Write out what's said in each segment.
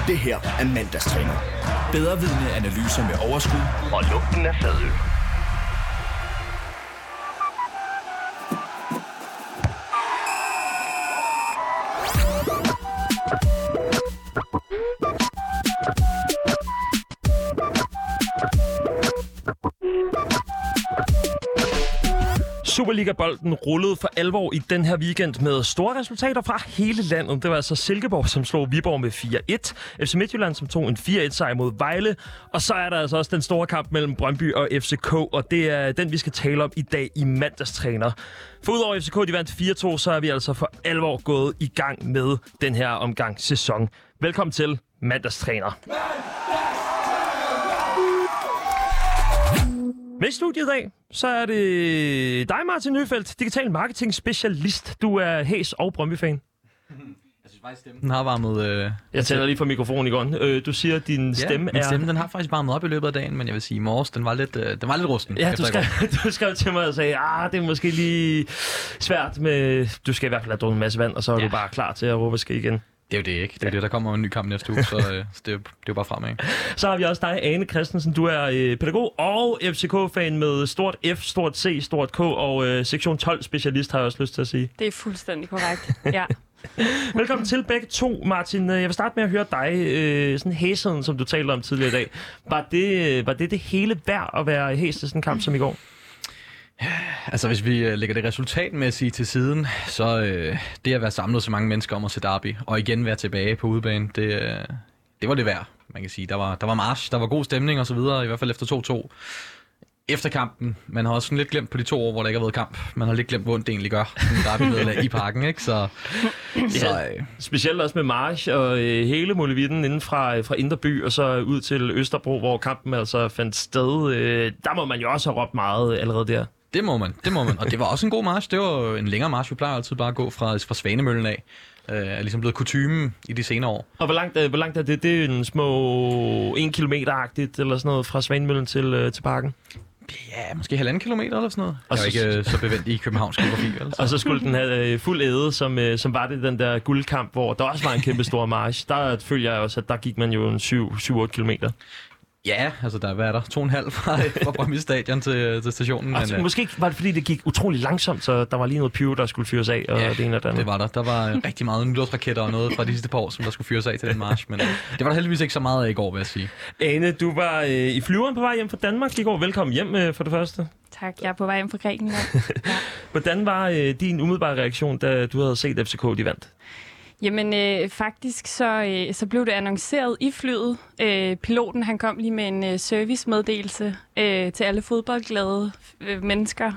Det her er Mandagstræner. Bedrevidende analyser med overskud og lugten af fadøl. Superliga-bolden rullede for alvor i den her weekend med store resultater fra hele landet. Det var altså Silkeborg, som slog Viborg med 4-1. FC Midtjylland, som tog en 4-1-sejr mod Vejle. Og så er der altså også den store kamp mellem Brøndby og FCK, og det er den, vi skal tale om i dag i Mandagstræner. For udover FCK, de vandt 4-2, så er vi altså for alvor gået i gang med den her omgang sæson. Velkommen til Mandagstræner. Med i studiet i dag, så er det dig, Martin Høfeldt, digital marketing specialist. Du er Hæs og Brøndby-fan. Jeg synes faktisk, stemmen har varmet... Jeg tænder lige for mikrofonen i gården. Du siger, at din stemme er... min stemme den har faktisk varmet op i løbet af dagen, men jeg vil sige, i morges, den var lidt rusten. Ja, du skrev til mig og sagde, det er måske lige svært med... Du skal i hvert fald have drukket en masse vand, og så er du bare klar til at råbe skal igen. Det er jo det ikke. Det er det, der kommer en ny kamp næste uge, så det er jo bare fremad. Så har vi også dig, Ane Christensen. Du er pædagog og FCK-fan med stort F, stort C, stort K og sektion 12-specialist, har jeg også lyst til at sige. Det er fuldstændig korrekt, ja. Velkommen til begge to, Martin. Jeg vil starte med at høre dig, sådan hæsheden, som du talte om tidligere i dag. Var det hele værd at være hæs til sådan en kamp som i går? Altså, hvis vi lægger det resultatmæssige til siden, så det at være samlet så mange mennesker om at se derby, og igen være tilbage på udebane, det var det værd, man kan sige. Der var march, der var god stemning og så videre, i hvert fald efter 2-2. Efter kampen, man har også lidt glemt på de 2 år, hvor der ikke har været kamp. Man har lidt glemt, hvor det egentlig gør, derby i parken, ikke? Specielt også med march og hele muligheden inden fra Indre By og så ud til Østerbro, hvor kampen altså fandt sted. Der må man jo også have råbt meget allerede der. Det må man. Og det var også en god march. Det var en længere march. Vi plejer altid bare at gå fra Svanemøllen af. Er ligesom blevet kutymen i de senere år. Og hvor langt er det? Det er en små 1 kilometer-agtigt eller sådan noget fra Svanemøllen til parken? Ja, måske 1,5 kilometer eller sådan noget. Og jeg er ikke så bevendt i Københavns geografi. Altså. Og så skulle den have fuld æde, som var det den der guldkamp, hvor der også var en kæmpe stor march. Der følger jeg også, at der gik man jo en 7-8 kilometer. Ja, altså hvad er der? 2,5 fra Brøndby Stadion til stationen. Altså, men, måske var det, fordi det gik utrolig langsomt, så der var lige noget pyro, der skulle fyres af, og det ene og det andet. Det var der. Der var rigtig meget nytårsraketter og noget fra de sidste par år, som der skulle fyres af til den march, men det var der heldigvis ikke så meget af i går, vil jeg sige. Ane, du var i flyveren på vej hjem fra Danmark i går. Velkommen hjem for det første. Tak, jeg er på vej hjem fra Grækenland. Ja. Hvordan var din umiddelbare reaktion, da du havde set FCK, de vandt? Jamen faktisk så blev det annonceret i flyet. Piloten han kom lige med en servicemeddelelse til alle fodboldglade mennesker,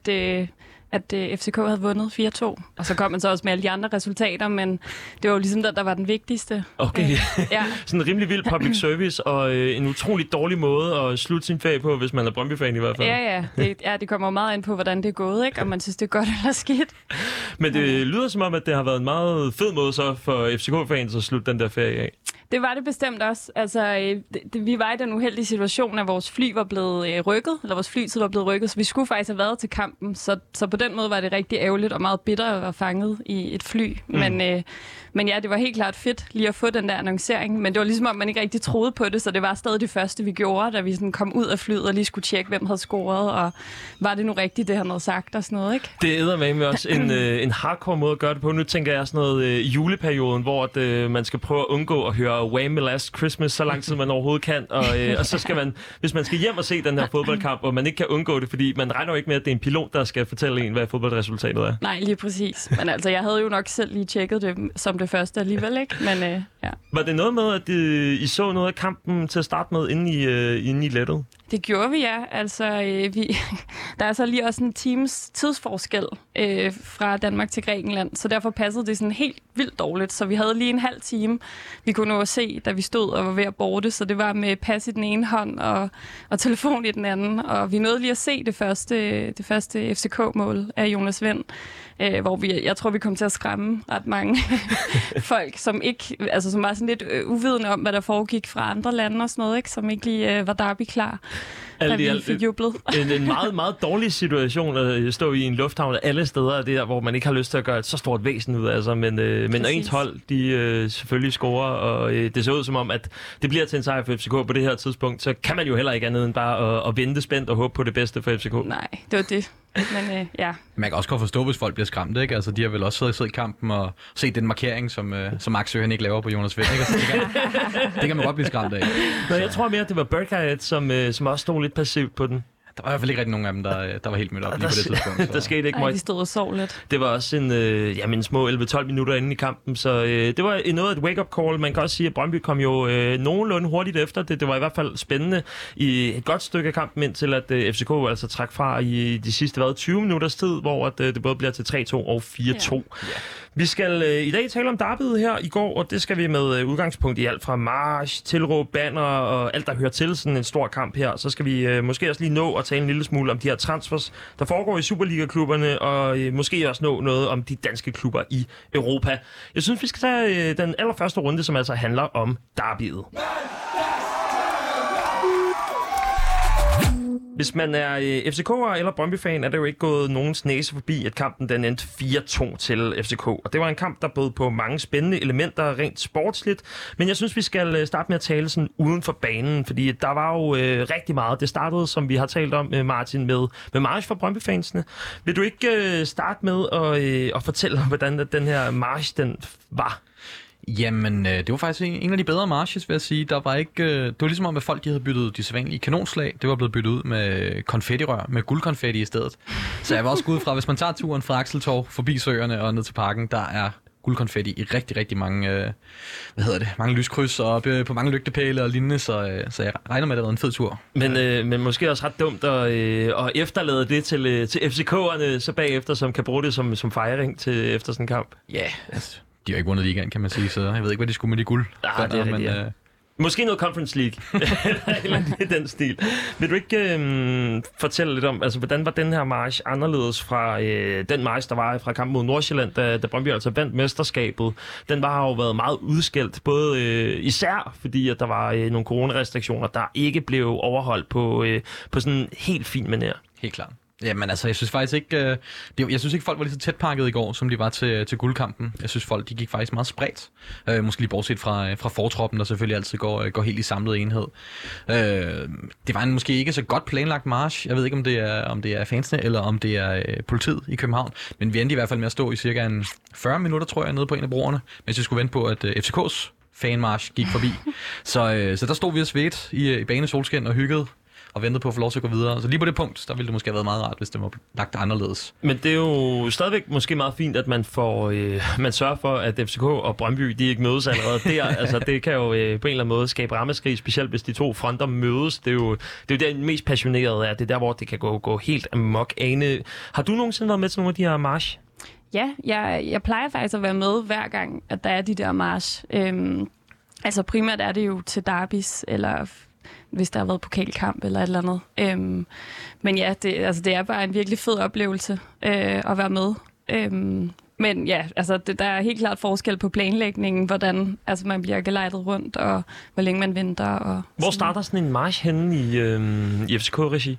at FCK havde vundet 4-2. Og så kom man så også med alle de andre resultater, men det var jo ligesom der var den vigtigste. Okay. Ja. Sådan en rimelig vild public service, og en utrolig dårlig måde at slutte sin ferie på, hvis man er Brøndby-fan i hvert fald. Ja. Det kommer meget ind på, hvordan det er gået, ikke? Om man synes, det er godt eller skidt. Men det lyder som om, at det har været en meget fed måde så for FCK-fans at slutte den der ferie af. Det var det bestemt også. Altså, vi var i den uheldige situation, at vores fly var blevet rykket, eller vores flytid var blevet rykket, så vi skulle faktisk have været til kampen. Så på den måde var det rigtig ærgerligt og meget bitter at være fanget i et fly. Men ja, det var helt klart fedt lige at få den der annoncering. Men det var ligesom, om man ikke rigtig troede på det, så det var stadig det første, vi gjorde, da vi sådan kom ud af flyet og lige skulle tjekke, hvem havde scoret, og var det nu rigtigt, det han havde sagt og sådan noget, ikke? Det er eddermame også en hardcore måde at gøre det på. Nu tænker jeg sådan noget juleperioden, hvor man skal prøve at undgå at høre Wham! Last Christmas så lang tid man overhovedet kan, og så skal man, hvis man skal hjem og se den her fodboldkamp, og man ikke kan undgå det, fordi man regner jo ikke med, at det er en pilot, der skal fortælle en, hvad fodboldresultatet er. Nej, lige præcis. Men altså, jeg havde jo nok selv lige tjekket det som det første alligevel, ikke? Men ja. Var det noget med, at I så noget af kampen til at starte med inde i lettet? Det gjorde vi, ja. Altså, der er så lige også en times tidsforskel fra Danmark til Grækenland, så derfor passede det sådan helt vildt dårligt. Så vi havde lige en halv time, vi kunne nå at se, da vi stod og var ved at borte, så det var med pas i den ene hånd og telefon i den anden, og vi nåede lige at se det første FCK-mål af Jonas Vind, hvor jeg tror, vi kom til at skræmme ret mange folk, som var sådan lidt uvidende om, hvad der foregik fra andre lande og sådan noget, ikke? Som ikke lige var derby klar. da vi fik jublet. En meget, meget dårlig situation at stå i en lufthavn alle steder der, hvor man ikke har lyst til at gøre et så stort væsen ud af sig. Men når ens hold, de selvfølgelig scorer, og det ser ud som om, at det bliver til en sejr for FCK på det her tidspunkt, så kan man jo heller ikke andet end bare at vente spændt og håbe på det bedste for FCK. Nej, det var det. Men ja. Man kan også godt forstå, hvis folk bliver skræmt, ikke? Altså, de har vel også siddet i kampen og set den markering, som Axel han ikke laver på Jonas Vind, ikke? Altså, det kan man godt blive skræmt af. Nå, jeg tror mere, at det var Burkhardt, som også stod lidt passivt på den. Der var i hvert fald ikke rigtig nogen af dem, der var helt mødt op lige på det tidspunkt. Så. Der skete ikke meget. De stod og sov lidt. Det var også en små 11-12 minutter inde i kampen, så det var noget af et wake-up call. Man kan også sige, at Brøndby kom jo nogenlunde hurtigt efter det. Det var i hvert fald spændende i et godt stykke af kampen, indtil at FCK altså trak fra i de sidste 20 minutters tid, hvor det både bliver til 3-2 og 4-2. Ja. Vi skal i dag tale om derbyet her i går, og det skal vi med udgangspunkt i alt fra march, tilråb, banner og alt, der hører til sådan en stor kamp her. Så skal vi måske også lige nå at tale en lille smule om de her transfers, der foregår i Superliga-klubberne, og måske også nå noget om de danske klubber i Europa. Jeg synes, vi skal tage den allerførste runde, som altså handler om derbyet. Hvis man er FCK'er eller Brøndby-fan, er det jo ikke gået nogens næse forbi, at kampen den endte 4-2 til FCK. Og det var en kamp, der bød på mange spændende elementer rent sportsligt. Men jeg synes, vi skal starte med at tale sådan uden for banen, fordi der var jo rigtig meget. Det startede, som vi har talt om, Martin, med march for Brøndby-fansene. Vil du ikke starte med at fortælle, hvordan den her march den var? Jamen, det var faktisk en af de bedre marches, vil jeg sige. Der var ikke, det var ligesom om, at folk de havde byttet de sædvanlige kanonslag. Det var blevet byttet ud med konfettirør, med guldkonfetti i stedet. Så jeg var også gået fra, hvis man tager turen fra Axeltorv forbi søerne og ned til parken, der er guldkonfetti i rigtig, rigtig mange, mange lyskryds og på mange lygtepæle og lignende, så jeg regner med, at det har været en fed tur. Men måske også ret dumt at efterlade det til FCK'erne så bagefter, som kan bruge det som fejring til efter sådan en kamp. Ja, altså. De har ikke vundet ligaen, kan man sige, så jeg ved ikke, hvad de skulle med de guld. Ah, det er rigtigt, ja. Måske noget Conference League, eller den stil. Vil du ikke fortælle lidt om, altså hvordan var den her march anderledes fra den march, der var fra kampen mod Nordsjælland, da Brøndby altså vandt mesterskabet? Den har jo været meget udskældt, både især fordi, at der var nogle coronarestriktioner, der ikke blev overholdt på sådan en helt fin manér. Helt klart. Jamen altså, jeg synes faktisk ikke, jeg synes ikke folk var lige så tæt pakket i går, som de var til guldkampen. Jeg synes folk, de gik faktisk meget spredt. Måske lige bortset fra fortroppen, der selvfølgelig altid går helt i samlet enhed. Det var en måske ikke så godt planlagt march. Jeg ved ikke, om det er fansene, eller om det er politiet i København. Men vi endte i hvert fald med at stå i cirka 40 minutter, tror jeg, nede på en af broerne, mens vi skulle vente på, at FCK's fanmarch gik forbi. Så der stod vi og svedt i banesolskin og hyggede og ventede på at få lov til at gå videre. Så lige på det punkt, der ville det måske have været meget rart, hvis det var lagt anderledes. Men det er jo stadigvæk måske meget fint, at man sørger for, at FCK og Brøndby, de ikke mødes allerede der. Altså, det kan jo på en eller anden måde skabe rammeskrig, specielt hvis de to fronter mødes. Det er jo der mest passionerede er. Det er der, hvor det kan gå helt amok. Ane, har du nogensinde været med til nogle af de her march? Ja, jeg plejer faktisk at være med hver gang, at der er de der march. Altså primært er det jo til derbys, eller hvis der har været pokalkamp eller et eller andet. Men ja, det er bare en virkelig fed oplevelse at være med. Men ja, altså der er helt klart forskel på planlægningen, hvordan altså, man bliver gelejtet rundt, og hvor længe man venter. Og hvor starter sådan en march henne i FCK-regi?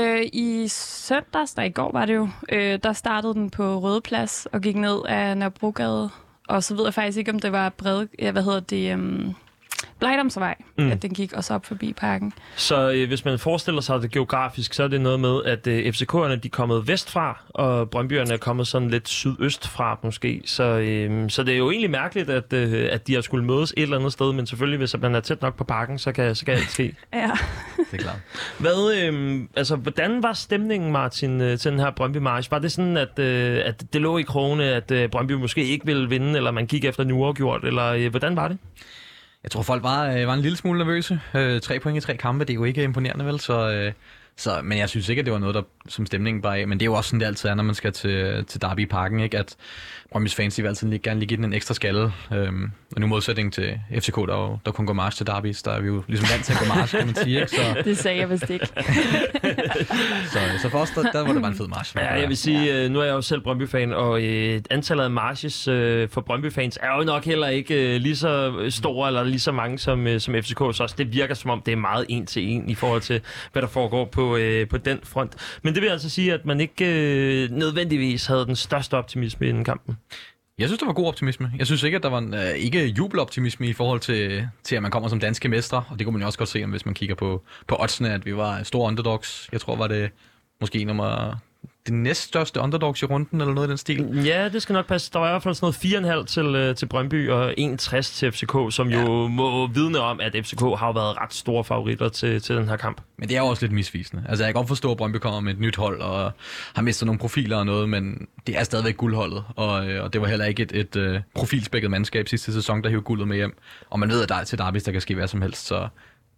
I søndags, der i går var det jo, der startede den på Rødeplads og gik ned af Nørrebrogade. Og så ved jeg faktisk ikke, om det var Blejdomsvej, at den gik også op forbi parken. Så hvis man forestiller sig det geografisk, så er det noget med, at FCK'erne de er kommet vestfra, og Brøndbyerne er kommet sådan lidt sydøstfra måske. Så det er jo egentlig mærkeligt, at de har skulle mødes et eller andet sted, men selvfølgelig, hvis man er tæt nok på parken, så kan alt ske. Ja. Det er klart. Hvordan var stemningen, Martin, til den her Brøndby-march? Var det sådan, at det lå i krogene, at Brøndby måske ikke ville vinde, eller man gik efter en uafgjort, eller hvordan var det? Jeg tror, folk var en lille smule nervøse. 3 point i 3 kampe, det er jo ikke imponerende, vel? Så Men jeg synes ikke, at det var noget, der som stemningen bare af. Men det er jo også sådan, det altid er, når man skal til Derby i Parken, ikke? At Brøndbys fans, de vil altid gerne lige give den en ekstra skalle. Og nu modsætning til FCK, der kun går march til Derby, der er vi jo ligesom vant til at gå march, kan man sige. Ikke? Så... Det sagde jeg vist ikke. så for os, der var det bare en fed march. Ja, jeg vil sige, nu er jeg jo selv Brøndby-fan, og antallet af marches for Brøndby-fans er jo nok heller ikke lige så store eller lige så mange som FCK, så også det virker som om, det er meget en til en i forhold til, hvad der foregår på den front. Men det vil altså sige, at man ikke nødvendigvis havde den største optimisme inden kampen. Jeg synes, der var god optimisme. Jeg synes ikke, at der var ikke jubeloptimisme i forhold til, at man kommer som danske mestre, og det kunne man jo også godt se, hvis man kigger på oddsene, at vi var store underdogs. Jeg tror, var det måske det næststørste underdogs i runden, eller noget i den stil. Ja, det skal nok passe. Der var i hvert fald sådan noget 4,5 til Brøndby og 1,60 til FCK, som jo må vidne om, at FCK har været ret store favoritter til den her kamp. Men det er jo også lidt misvisende. Altså, jeg kan godt forstå, at Brøndby kommer med et nyt hold og har mistet nogle profiler og noget, men det er stadigvæk guldholdet, og det var heller ikke et profilspækket mandskab sidste sæson, der hævde guldet med hjem. Og man ved, at der til Derby, der kan ske hvad som helst, så...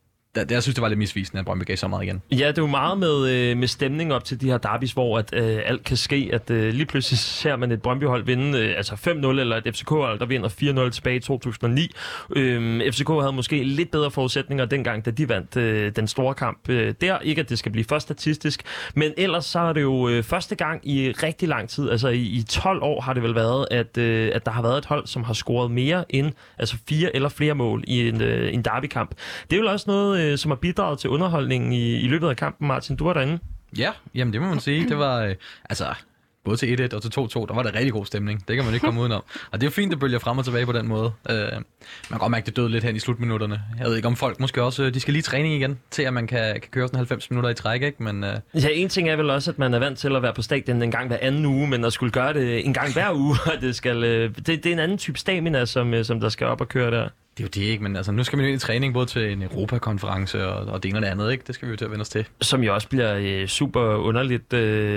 Jeg synes, det var lidt misvisende, at Brøndby gav så meget igen. Ja, det er jo meget med stemning op til de her derbys, hvor at, alt kan ske. At lige pludselig ser man et Brøndby-hold vinde 5-0, eller et FCK-hold, der vinder 4-0 tilbage i 2009. FCK havde måske lidt bedre forudsætninger dengang, da de vandt den store kamp der. Ikke, at det skal blive for statistisk, men ellers så er det jo første gang i rigtig lang tid, altså i 12 år har det vel været, at der har været et hold, som har scoret mere end 4 eller flere mål i en derby-kamp. Det er jo også noget, som har bidraget til underholdningen i løbet af kampen, Martin. Du var derinde. Ja, jamen det må man sige. Det var, både til 1-1 og til 2-2, der var der rigtig god stemning. Det kan man ikke komme udenom. Og det er jo fint, at bølger frem og tilbage på den måde. Man kan godt mærke, det døde lidt hen i slutminutterne. Jeg ved ikke, om folk måske også, de skal lige træning igen, til at man kan køre sådan 90 minutter i træk, ikke? Men, Ja, en ting er vel også, at man er vant til at være på stadion en gang hver anden uge, men at skulle gøre det en gang hver uge, det er en anden type stamina, som der skal op og køre der. Det er jo det, ikke? Men altså, nu skal vi jo ind i træning både til en Europakonference og det ene og det andet, ikke? Det skal vi jo til at vende os til. Som jo også bliver super underligt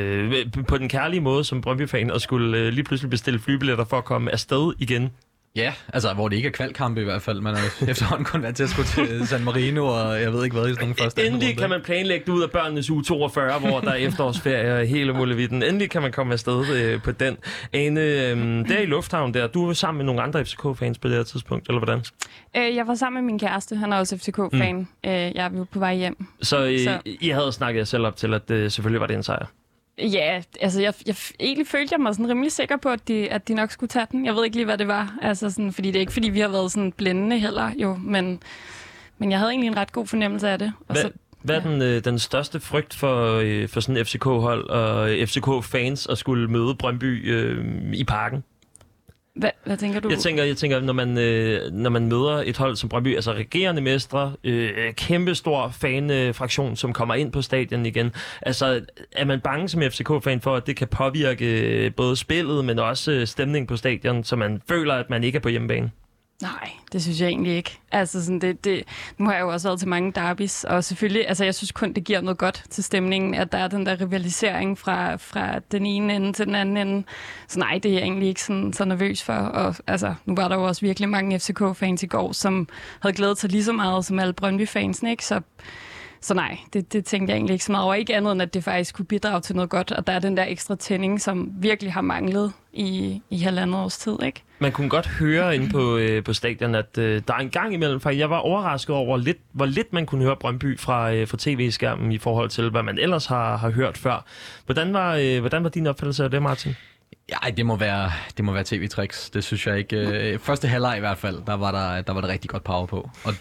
på den kærlige måde som Brøndby-fan at skulle lige pludselig bestille flybilletter for at komme afsted igen. Ja, altså hvor det ikke er kvalkampe i hvert fald. Man er efterhånden kun vant til at skulle til San Marino, og jeg ved ikke hvad i sådan nogle første. Endelig kan man planlægge det ud af børnenes uge 42, hvor der er efterårsferie hele muligheden. Endelig kan man komme afsted på den. Ane, der i Lufthavn der, du var sammen med nogle andre FCK-fans på det her tidspunkt, eller hvordan? Jeg var sammen med min kæreste, han er også FCK-fan. Jeg er på vej hjem. Så I havde snakket jer selv op til, at selvfølgelig var det en sejr? Ja, altså jeg egentlig følte jeg mig sådan rimelig sikker på, at de nok skulle tage den. Jeg ved ikke lige, hvad det var. Altså sådan, fordi det er ikke, fordi vi har været sådan blændende heller, jo. Men jeg havde egentlig en ret god fornemmelse af det. Og hvad er den største frygt for sådan en FCK-hold og FCK-fans at skulle møde Brøndby i Parken? Hvad tænker du? Jeg tænker når man møder et hold som Brøndby, altså regerende mestre, kæmpe stor fanfraktion, som kommer ind på stadion igen. Altså, er man bange som FCK-fan for, at det kan påvirke både spillet, men også stemningen på stadion, så man føler, at man ikke er på hjemmebane? Nej, det synes jeg egentlig ikke. Altså sådan nu har jeg jo også været til mange derbys, og selvfølgelig, altså jeg synes kun, det giver noget godt til stemningen, at der er den der rivalisering fra den ene ende til den anden ende. Så nej, det er jeg egentlig ikke så nervøs for. Og altså, nu var der jo også virkelig mange FCK-fans i går, som havde glædet sig lige så meget som alle Brøndby-fansene, ikke? Så nej, det tænkte jeg egentlig ikke så meget over. Ikke andet end, at det faktisk kunne bidrage til noget godt, og der er den der ekstra tænding, som virkelig har manglet i halvandet års tid, ikke? Man kunne godt høre inde på stadion, at der er en gang imellem, faktisk jeg var overrasket over, hvor lidt man kunne høre Brøndby fra tv-skærmen i forhold til, hvad man ellers har hørt før. Hvordan var din opfattelse af det, Martin? Ja, det må være tv-tricks. Det synes jeg ikke. Første halvleg i hvert fald, der var der rigtig godt power på. Og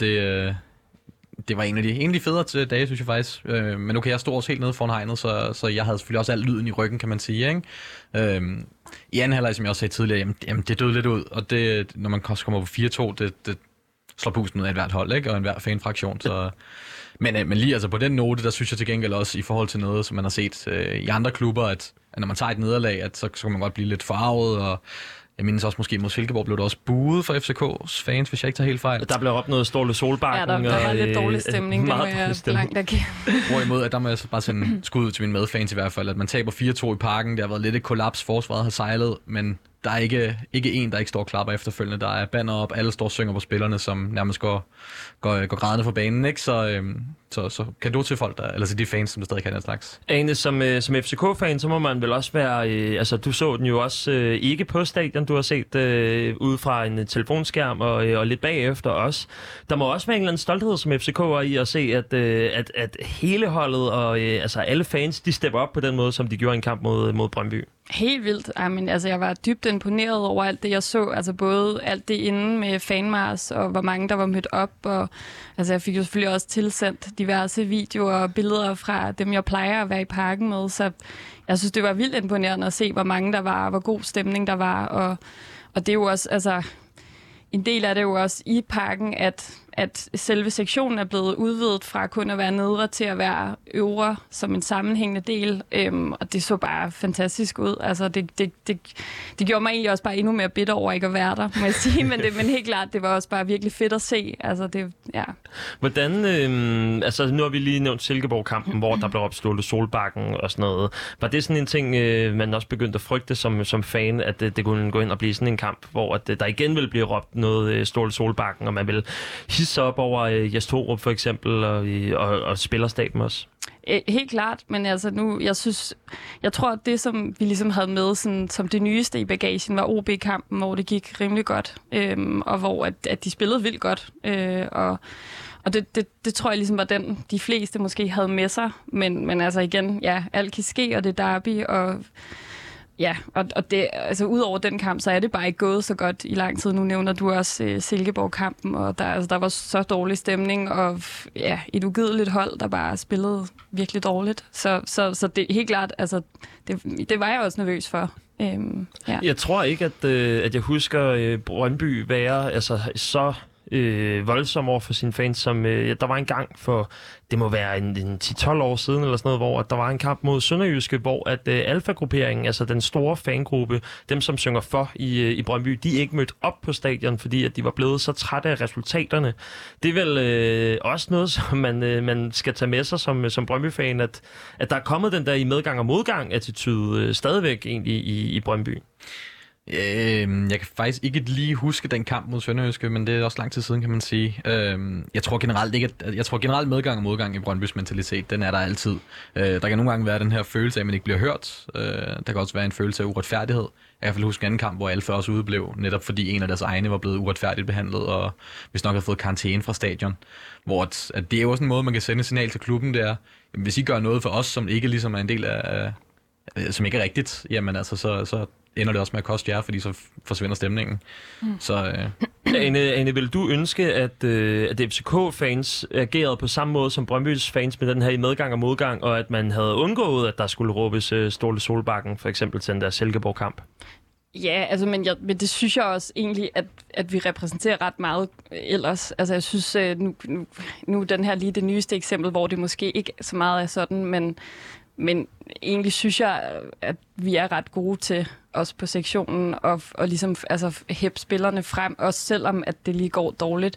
det var en af de federe dage, synes jeg faktisk. Men nu kan jeg stå også helt nede foran hegnet, så jeg havde selvfølgelig også al lyden i ryggen, kan man sige, ikke? I anden halvleg, som jeg også sagde tidligere, jamen det døde lidt ud, og det, når man kommer på 4-2, det slår pusten ud af et hvert hold, ikke? Og en hver fanfraktion, så... Men lige altså på den note, der synes jeg til gengæld også i forhold til noget, som man har set i andre klubber, at når man tager et nederlag, at så kan man godt blive lidt forarvet, og jeg mindes også måske mod Silkeborg blev der også buet for FCK's fans, hvis jeg ikke tager helt fejl. Der blev opnået Ståle Solbakken. Ja, der var lidt dårlig stemning, det må jeg langt erkende. Hvorimod, at der må jeg bare sende skud ud til mine medfans i hvert fald, at man taber 4-2 i Parken, det har været lidt et kollaps, forsvaret har sejlet, men der er ikke en, der ikke står og klapper efterfølgende. Der er banner op, alle står og synger på spillerne, som nærmest går grædende fra banen, ikke? Så kan du til folk, eller til de fans, som der stadig kan den slags? Ane, som FCK-fan, så må man vel også være... altså, du så den jo også ikke på stadion, du har set ude fra en telefonskærm og lidt bagefter også. Der må også være en eller anden stolthed som FCK'er i at se, at hele holdet og altså alle fans, de stepper op på den måde, som de gjorde i en kamp mod Brøndby. Helt vildt. Altså, jeg var dybt imponeret over alt det, jeg så. Altså både alt det inde med fanmars, og hvor mange der var mødt op. Og, altså, jeg fik jo selvfølgelig også tilsendt diverse videoer og billeder fra dem, jeg plejer at være i parken med. Så jeg synes, det var vildt imponerende at se, hvor mange der var, og hvor god stemning der var. Og det er jo også... Altså, en del af det er jo også i parken, at selve sektionen er blevet udvidet fra kun at være nedre til at være øvre som en sammenhængende del. Og det så bare fantastisk ud. Altså, det gjorde mig egentlig også bare endnu mere bitter over ikke at være der, må jeg sige. Men helt klart, det var også bare virkelig fedt at se. Altså, det, ja. Hvordan, altså nu har vi lige nævnt Silkeborg-kampen, hvor der blev opstået Solbakken og sådan noget. Var det sådan en ting, man også begyndte at frygte som fan, at det kunne gå ind og blive sådan en kamp, hvor at der igen ville blive råbt noget Ståle Solbakken, og man ville hisse op over Jes Torup for eksempel, og spillerstaben også? Helt klart, men altså nu, jeg tror, at det, som vi ligesom havde med sådan, som det nyeste i bagagen, var OB-kampen, hvor det gik rimelig godt, og hvor at de spillede vildt godt, og det tror jeg ligesom var den, de fleste måske havde med sig, men altså igen, ja, alt kan ske, og det er derby, og ja, og det, altså ud over den kamp, så er det bare ikke gået så godt i lang tid. Nu nævner du også Silkeborg-kampen, og der var så dårlig stemning, og ja, et ugideligt hold, der bare spillede virkelig dårligt. Så det er helt klart, altså, det var jeg også nervøs for. Ja. Jeg tror ikke, at jeg husker Brøndby være altså, så voldsom over for sine fans, som der var en gang for, det må være en 10-12 år siden eller sådan noget, hvor der var en kamp mod Sønderjyske, hvor at Alfa-grupperingen, altså den store fangruppe, dem som synger for i Brøndby, de ikke mødte op på stadion, fordi at de var blevet så trætte af resultaterne. Det er vel også noget, som man skal tage med sig som Brøndby-fan, at der er kommet den der i medgang og modgang attitude stadigvæk egentlig i Brøndby. Jeg kan faktisk ikke lige huske den kamp mod Sønderjyske, men det er også lang tid siden, kan man sige. Jeg tror generelt medgang og modgang i Brøndbys mentalitet, den er der altid. Der kan nogle gange være den her følelse af, at man ikke bliver hørt. Der kan også være en følelse af uretfærdighed. Jeg kan i hvert fald huske en anden kamp, hvor Alfa også udeblev, netop fordi en af deres egne var blevet uretfærdigt behandlet, og hvis nok havde fået karantæne fra stadion. Hvor at det er jo også en måde, man kan sende et signal til klubben, det er, jamen, hvis I gør noget for os, som ikke ligesom er en del af, som ikke er rigtigt, jamen altså, så ender det også med at koste jer, fordi så forsvinder stemningen. Så, Ane, vil du ønske, at FCK-fans agerede på samme måde som Brøndbys fans med den her i medgang og modgang, og at man havde undgået, at der skulle råbes Ståle Solbakken, for eksempel til den der Silkeborg-kamp? Ja, altså, men det synes jeg også egentlig, at vi repræsenterer ret meget ellers. Altså, jeg synes, nu den her lige det nyeste eksempel, hvor det måske ikke så meget er sådan, men egentlig synes jeg, at vi er ret gode til, også på sektionen, og ligesom altså, hæppe spillerne frem, også selvom at det lige går dårligt.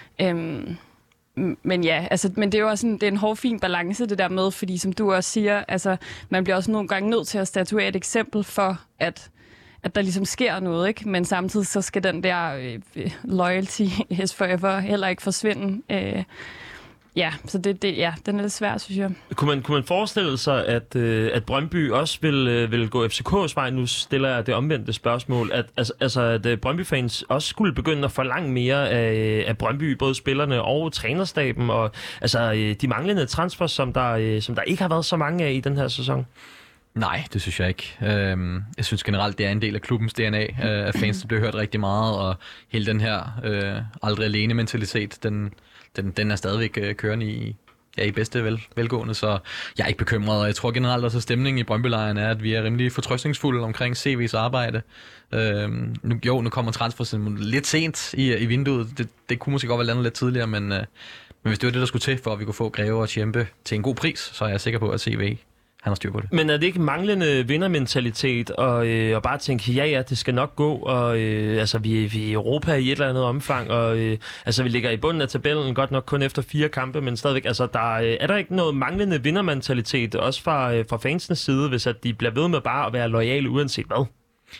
Men ja, altså, men det er jo også det er en hårfin balance, det der med, fordi som du også siger, altså, man bliver også nogle gange nødt til at statuere et eksempel for, at der ligesom sker noget, ikke? Men samtidig så skal den der loyalty is forever heller ikke forsvinde. Ja, så den er lidt svær, synes jeg. Kunne man forestille sig, at Brøndby også vil gå FCK's vej? Nu stiller jeg det omvendte spørgsmål. At Brøndby-fans også skulle begynde at forlange mere af Brøndby, både spillerne og trænerstaben, og altså de manglende transfers, som der ikke har været så mange af i den her sæson? Nej, det synes jeg ikke. Jeg synes generelt, det er en del af klubbens DNA, at fans bliver hørt rigtig meget, og hele den her aldrig alene mentalitet, den er stadigvæk kørende i bedste velgående, så jeg er ikke bekymret, og jeg tror generelt også, at stemningen i Brøndby-lejren er, at vi er rimelig fortrøstningsfulde omkring CV's arbejde. Nu kommer transfersen lidt sent i vinduet. Det kunne måske godt være landet lidt tidligere, men hvis det var det, der skulle til, for at vi kunne få Greve og Tjempe til en god pris, så er jeg sikker på, at CV han har styr på det. Men er det ikke manglende vindermentalitet og bare tænke, ja, det skal nok gå, og vi er i Europa i et eller andet omfang, og vi ligger i bunden af tabellen, godt nok kun efter 4 kampe, men stadigvæk, er der ikke noget manglende vindermentalitet, også fra fansenes side, hvis at de bliver ved med bare at være loyale uanset hvad?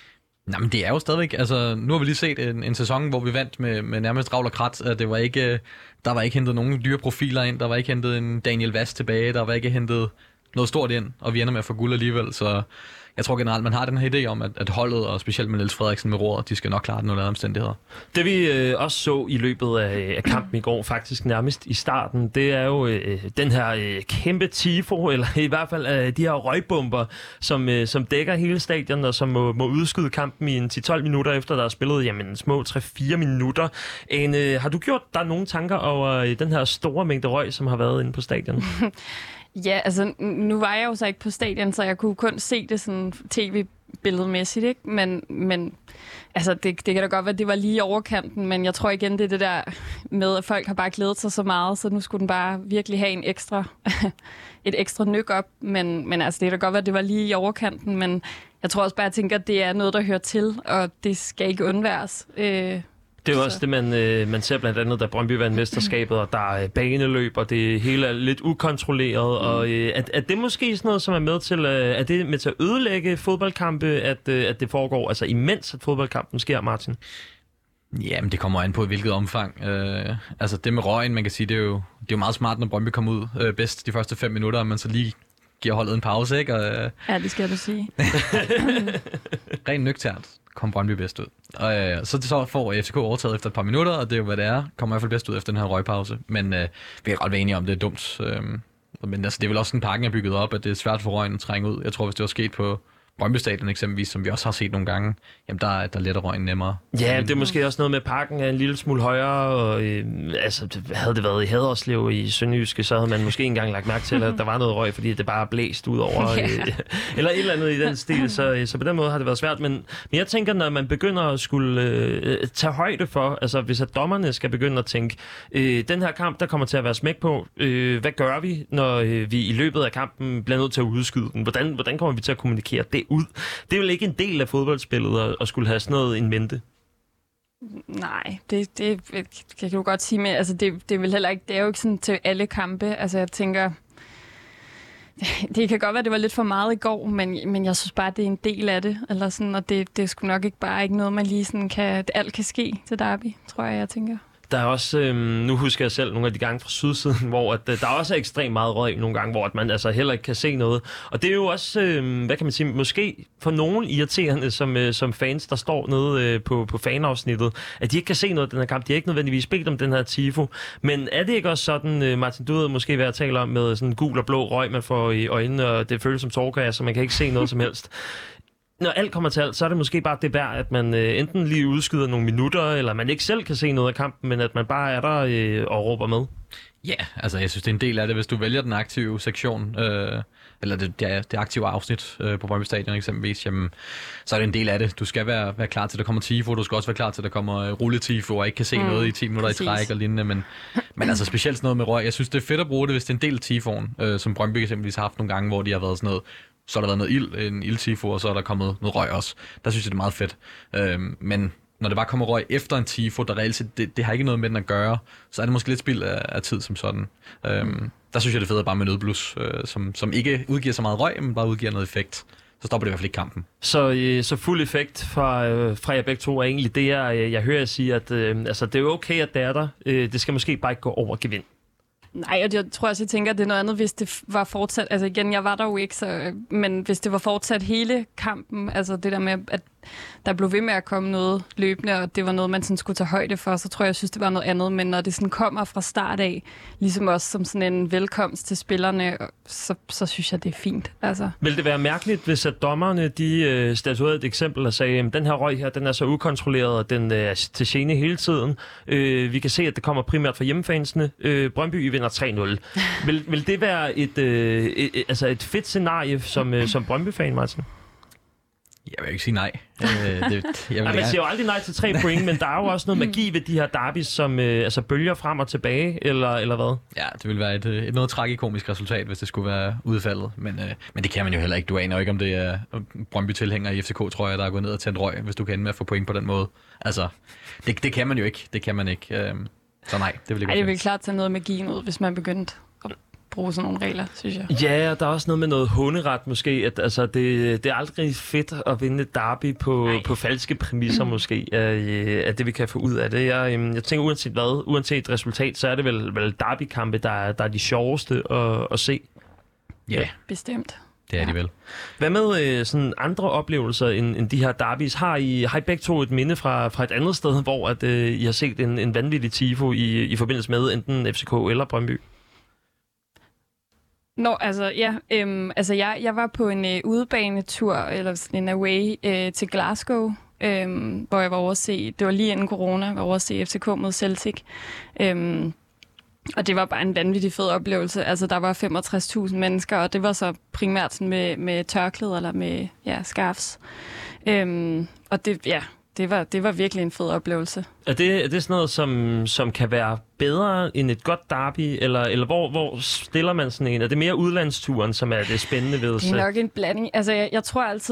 Nej, men det er jo stadigvæk, altså nu har vi lige set en sæson, hvor vi vandt med nærmest ravl og krat. Det var ikke, der var ikke hentet nogen dyre profiler ind, der var ikke hentet en Daniel Vast tilbage, der var ikke hentet noget stort ind, og vi ender med at få guld alligevel, så jeg tror generelt, man har den her idé om, at holdet, og specielt med Niels Frederiksen med roret, de skal nok klare den under omstændigheder. Det vi også så i løbet af kampen i går, faktisk nærmest i starten, det er jo den her kæmpe tifo, eller i hvert fald de her røgbomber, som dækker hele stadion, og som må udskyde kampen i 10-12 minutter efter, der er spillet små 3-4 minutter. Har du gjort dig nogle tanker over den her store mængde røg, som har været inde på stadion? Ja, altså nu var jeg jo så ikke på stadion, så jeg kunne kun se det sådan tv-billedmæssigt, ikke? Men altså det kan da godt være, at det var lige i overkanten, men jeg tror igen, det er det der med, at folk har bare glædet sig så meget, så nu skulle den bare virkelig have et ekstra nyk op. Men altså det kan da godt være, at det var lige i overkanten, men jeg tror også bare, at jeg tænker, at det er noget, der hører til, og det skal ikke undværes. Det er jo også det, man ser blandt andet, da Brøndby vandt mesterskabet, og der er baneløb, og det hele er lidt ukontrolleret. Og er det måske sådan noget, som er med til, er det med til at ødelægge fodboldkampe, at det foregår, altså imens at fodboldkampen sker, Martin? Jamen, det kommer an på, i hvilket omfang. Altså det med røgen, man kan sige, det er jo meget smart, når Brøndby kommer ud bedst de første 5 minutter, men så lige giver holdet en pause, ikke? Og, ja, det skal du sige. Rent nøgternt kom Brøndby bedst ud. Og så får FCK overtaget efter et par minutter, og det er jo, hvad det er. Kommer i hvert fald bedst ud efter den her røgpause. Men vi kan godt være enige om, det er dumt. Men altså, det er vel også en pakken er bygget op, at det er svært for røgen at trænge ud. Jeg tror, hvis det var sket på Brøndby Stadion eksempelvis, som vi også har set nogle gange, jamen der letter røgen nemmere. Ja, det er måske også noget med, pakken er en lille smule højere, og altså havde det været i Haderslev i Sønderjyske, så havde man måske engang lagt mærke til, at der var noget røg, fordi det bare blæst ud over, eller et eller andet i den stil, så på den måde har det været svært, men jeg tænker, når man begynder at skulle tage højde for, altså hvis at dommerne skal begynde at tænke, den her kamp, der kommer til at være smæk på, hvad gør vi, når vi i løbet af kampen bliver nødt til at udskyde den? Hvordan kommer vi til at kommunikere det ud? Det er vel ikke en del af fodboldspillet at skulle have sådan noget in mente? Nej, det kan du godt sige, men altså det er vel heller ikke, det er jo ikke sådan til alle kampe. Altså jeg tænker, det kan godt være, det var lidt for meget i går, men jeg synes bare, det er en del af det, eller sådan, og det er sgu nok ikke bare ikke noget, man lige sådan kan, alt kan ske til derby, tror jeg tænker. Der er også, nu husker jeg selv nogle af de gange fra sydsiden, hvor at, der også er ekstremt meget røg nogle gange, hvor at man altså heller ikke kan se noget. Og det er jo også, hvad kan man sige, måske for nogen irriterende som fans, der står nede på fanafsnittet, at de ikke kan se noget af den her kamp. De har ikke nødvendigvis bedt om den her tifo. Men er det ikke også sådan, Martin, du ved måske, hvad jeg taler om med sådan gul og blå røg, man får i øjnene, og det føles som tårkage, så man kan ikke se noget som helst. Når alt kommer til alt, så er det måske bare det værd, at man enten lige udskyder nogle minutter, eller man ikke selv kan se noget af kampen, men at man bare er der og råber med. Ja, altså jeg synes, det er en del af det, hvis du vælger den aktive sektion, eller det aktive afsnit på Brøndby Stadion eksempelvis, jamen, så er det en del af det. Du skal være klar til, at der kommer tifo, du skal også være klar til, at der kommer rulletifo, og ikke kan se noget i 10 minutter præcis. I træk og lignende, men altså specielt sådan noget med røg. Jeg synes, det er fedt at bruge det, hvis det er en del af tifoen, som Brøndby eksempelvis har haft nogle gange, hvor de har været sådan noget. Så har der været noget ild, en ildtifo, og så er der kommet noget røg også. Der synes jeg, det er meget fedt. Men når det bare kommer røg efter en tifo, der reelt set, det har ikke noget med den at gøre, så er det måske lidt spild af tid som sådan. Der synes jeg, det er fedt bare med nødblus, som ikke udgiver så meget røg, men bare udgiver noget effekt. Så stopper det i hvert fald ikke kampen. Så fuld effekt fra jer begge to er egentlig det, jeg hører jer sige, at altså, det er jo okay, at det er der. Det skal måske bare ikke gå over gevind. Nej, og jeg tror også, jeg tænker, at det er noget andet, hvis det var fortsat. Altså igen, jeg var der jo ikke, men hvis det var fortsat hele kampen, altså det der med, at der blev ved med at komme noget løbende, og det var noget, man sådan skulle tage højde for, så tror jeg synes, det var noget andet. Men når det sådan kommer fra start af, ligesom også som sådan en velkomst til spillerne, så synes jeg, det er fint. Altså. Vil det være mærkeligt, hvis at dommerne, de statuerede et eksempel og sagde, at den her røg her, den er så ukontrolleret, og den er til gene hele tiden. Vi kan se, at det kommer primært fra hjemmefansene. Brøndby vinder 3-0. Vil det være et fedt scenarie som Brøndby-fan, Martin? Jeg vil ikke sige nej. Man siger jo aldrig nej til 3 point, men der er jo også noget magi ved de her derbys, som bølger frem og tilbage, eller hvad? Ja, det vil være et noget tragikomisk resultat, hvis det skulle være udfaldet. Men det kan man jo heller ikke. Du aner jo ikke, om det er Brøndby-tilhængere i FCK, tror jeg, der er gået ned og tændt røg, hvis du kan ende med at få point på den måde. Altså, det kan man jo ikke. Det kan man ikke. Så nej, det vil ikke. Det vil klart tage noget magien ud, hvis man begyndte bruge sådan nogle regler, synes jeg. Ja, og der er også noget med noget håneret måske, at altså, det er aldrig fedt at vinde et derby på falske præmisser måske, af det vi kan få ud af det. Jeg tænker, uanset resultat, så er det vel derbykampe, der er de sjoveste at se. Ja, Bestemt. det er de vel. Hvad med sådan andre oplevelser end de her derbys? Har I begge to et minde fra et andet sted, hvor at, I har set en vanvittig tifo i forbindelse med enten FCK eller Brøndby? Jeg var på en udebanetur, eller sådan en away til Glasgow, hvor jeg var over at se, det var lige inden corona, jeg var over at se FCK mod Celtic. Og det var bare en vanvittig fed oplevelse. Altså, der var 65.000 mennesker, og det var så primært sådan med tørklæder eller med scarfs. Og det var virkelig en fed oplevelse. Er det sådan noget, som kan være bedre end et godt derby, eller hvor stiller man sådan en? Er det mere udlandsturen, som er det spændende ved? Det er nok en blanding. Altså, jeg tror altid,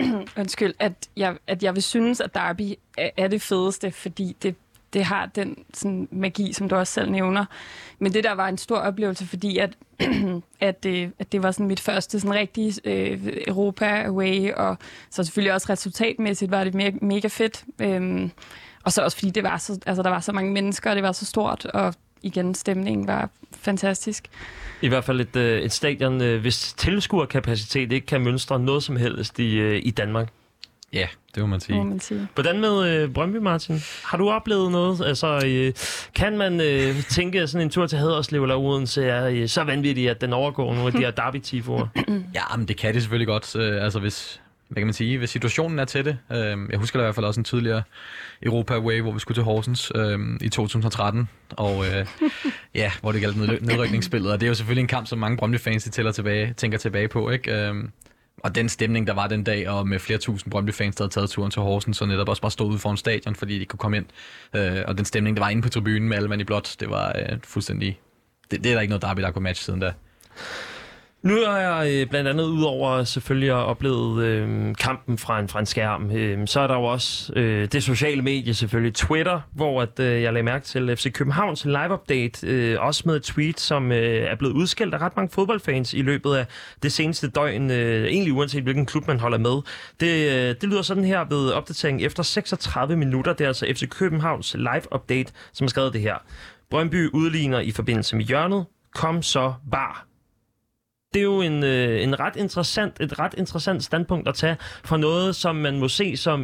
at jeg vil synes, at derby er det fedeste, fordi det har den sådan, magi, som du også selv nævner. Men det der var en stor oplevelse, fordi at det var sådan mit første sådan rigtig Europa away, og så selvfølgelig også resultatmæssigt var det mega fedt. Og så også fordi det var der var så mange mennesker, og det var så stort, og igen, stemningen var fantastisk. I hvert fald et stadion, hvis tilskuerkapacitet ikke kan mønstre noget som helst i Danmark. Ja, det må man sige. Hvordan med Brøndby, Martin? Har du oplevet noget? Altså, kan man tænke, at sådan en tur til Haderslev eller Odense er så vanvittig, at den overgår nogle af de her derby-tifoer? Ja, men det kan det selvfølgelig godt. Altså, hvis situationen er til det. Jeg husker da i hvert fald også en tidligere Europa Away, hvor vi skulle til Horsens i 2013, og hvor det galt nedrykningsspillet. Og det er jo selvfølgelig en kamp, som mange Brøndby-fans tænker tilbage på, ikke? Og den stemning, der var den dag, og med flere tusind Brøndby-fans, der havde taget turen til Horsens, så netop også bare stod ude foran stadion, fordi de kunne komme ind. Og den stemning, der var inde på tribunen med alle mand i blåt, det var fuldstændig... Det er der ikke noget derby, der kunne matche siden da. Nu har jeg blandt andet udover selvfølgelig oplevet kampen fra en skærm. Så er der jo også det sociale medie selvfølgelig, Twitter, hvor jeg lagde mærke til FC Københavns live-update, også med et tweet, som er blevet udskilt af ret mange fodboldfans i løbet af det seneste døgn, egentlig uanset hvilken klub man holder med. Det lyder sådan her ved opdateringen efter 36 minutter. Det er altså FC Københavns live-update, som har skrevet det her. Brøndby udligner i forbindelse med hjørnet. Kom så bar. Det er jo et ret interessant standpunkt at tage fra noget, som man må se som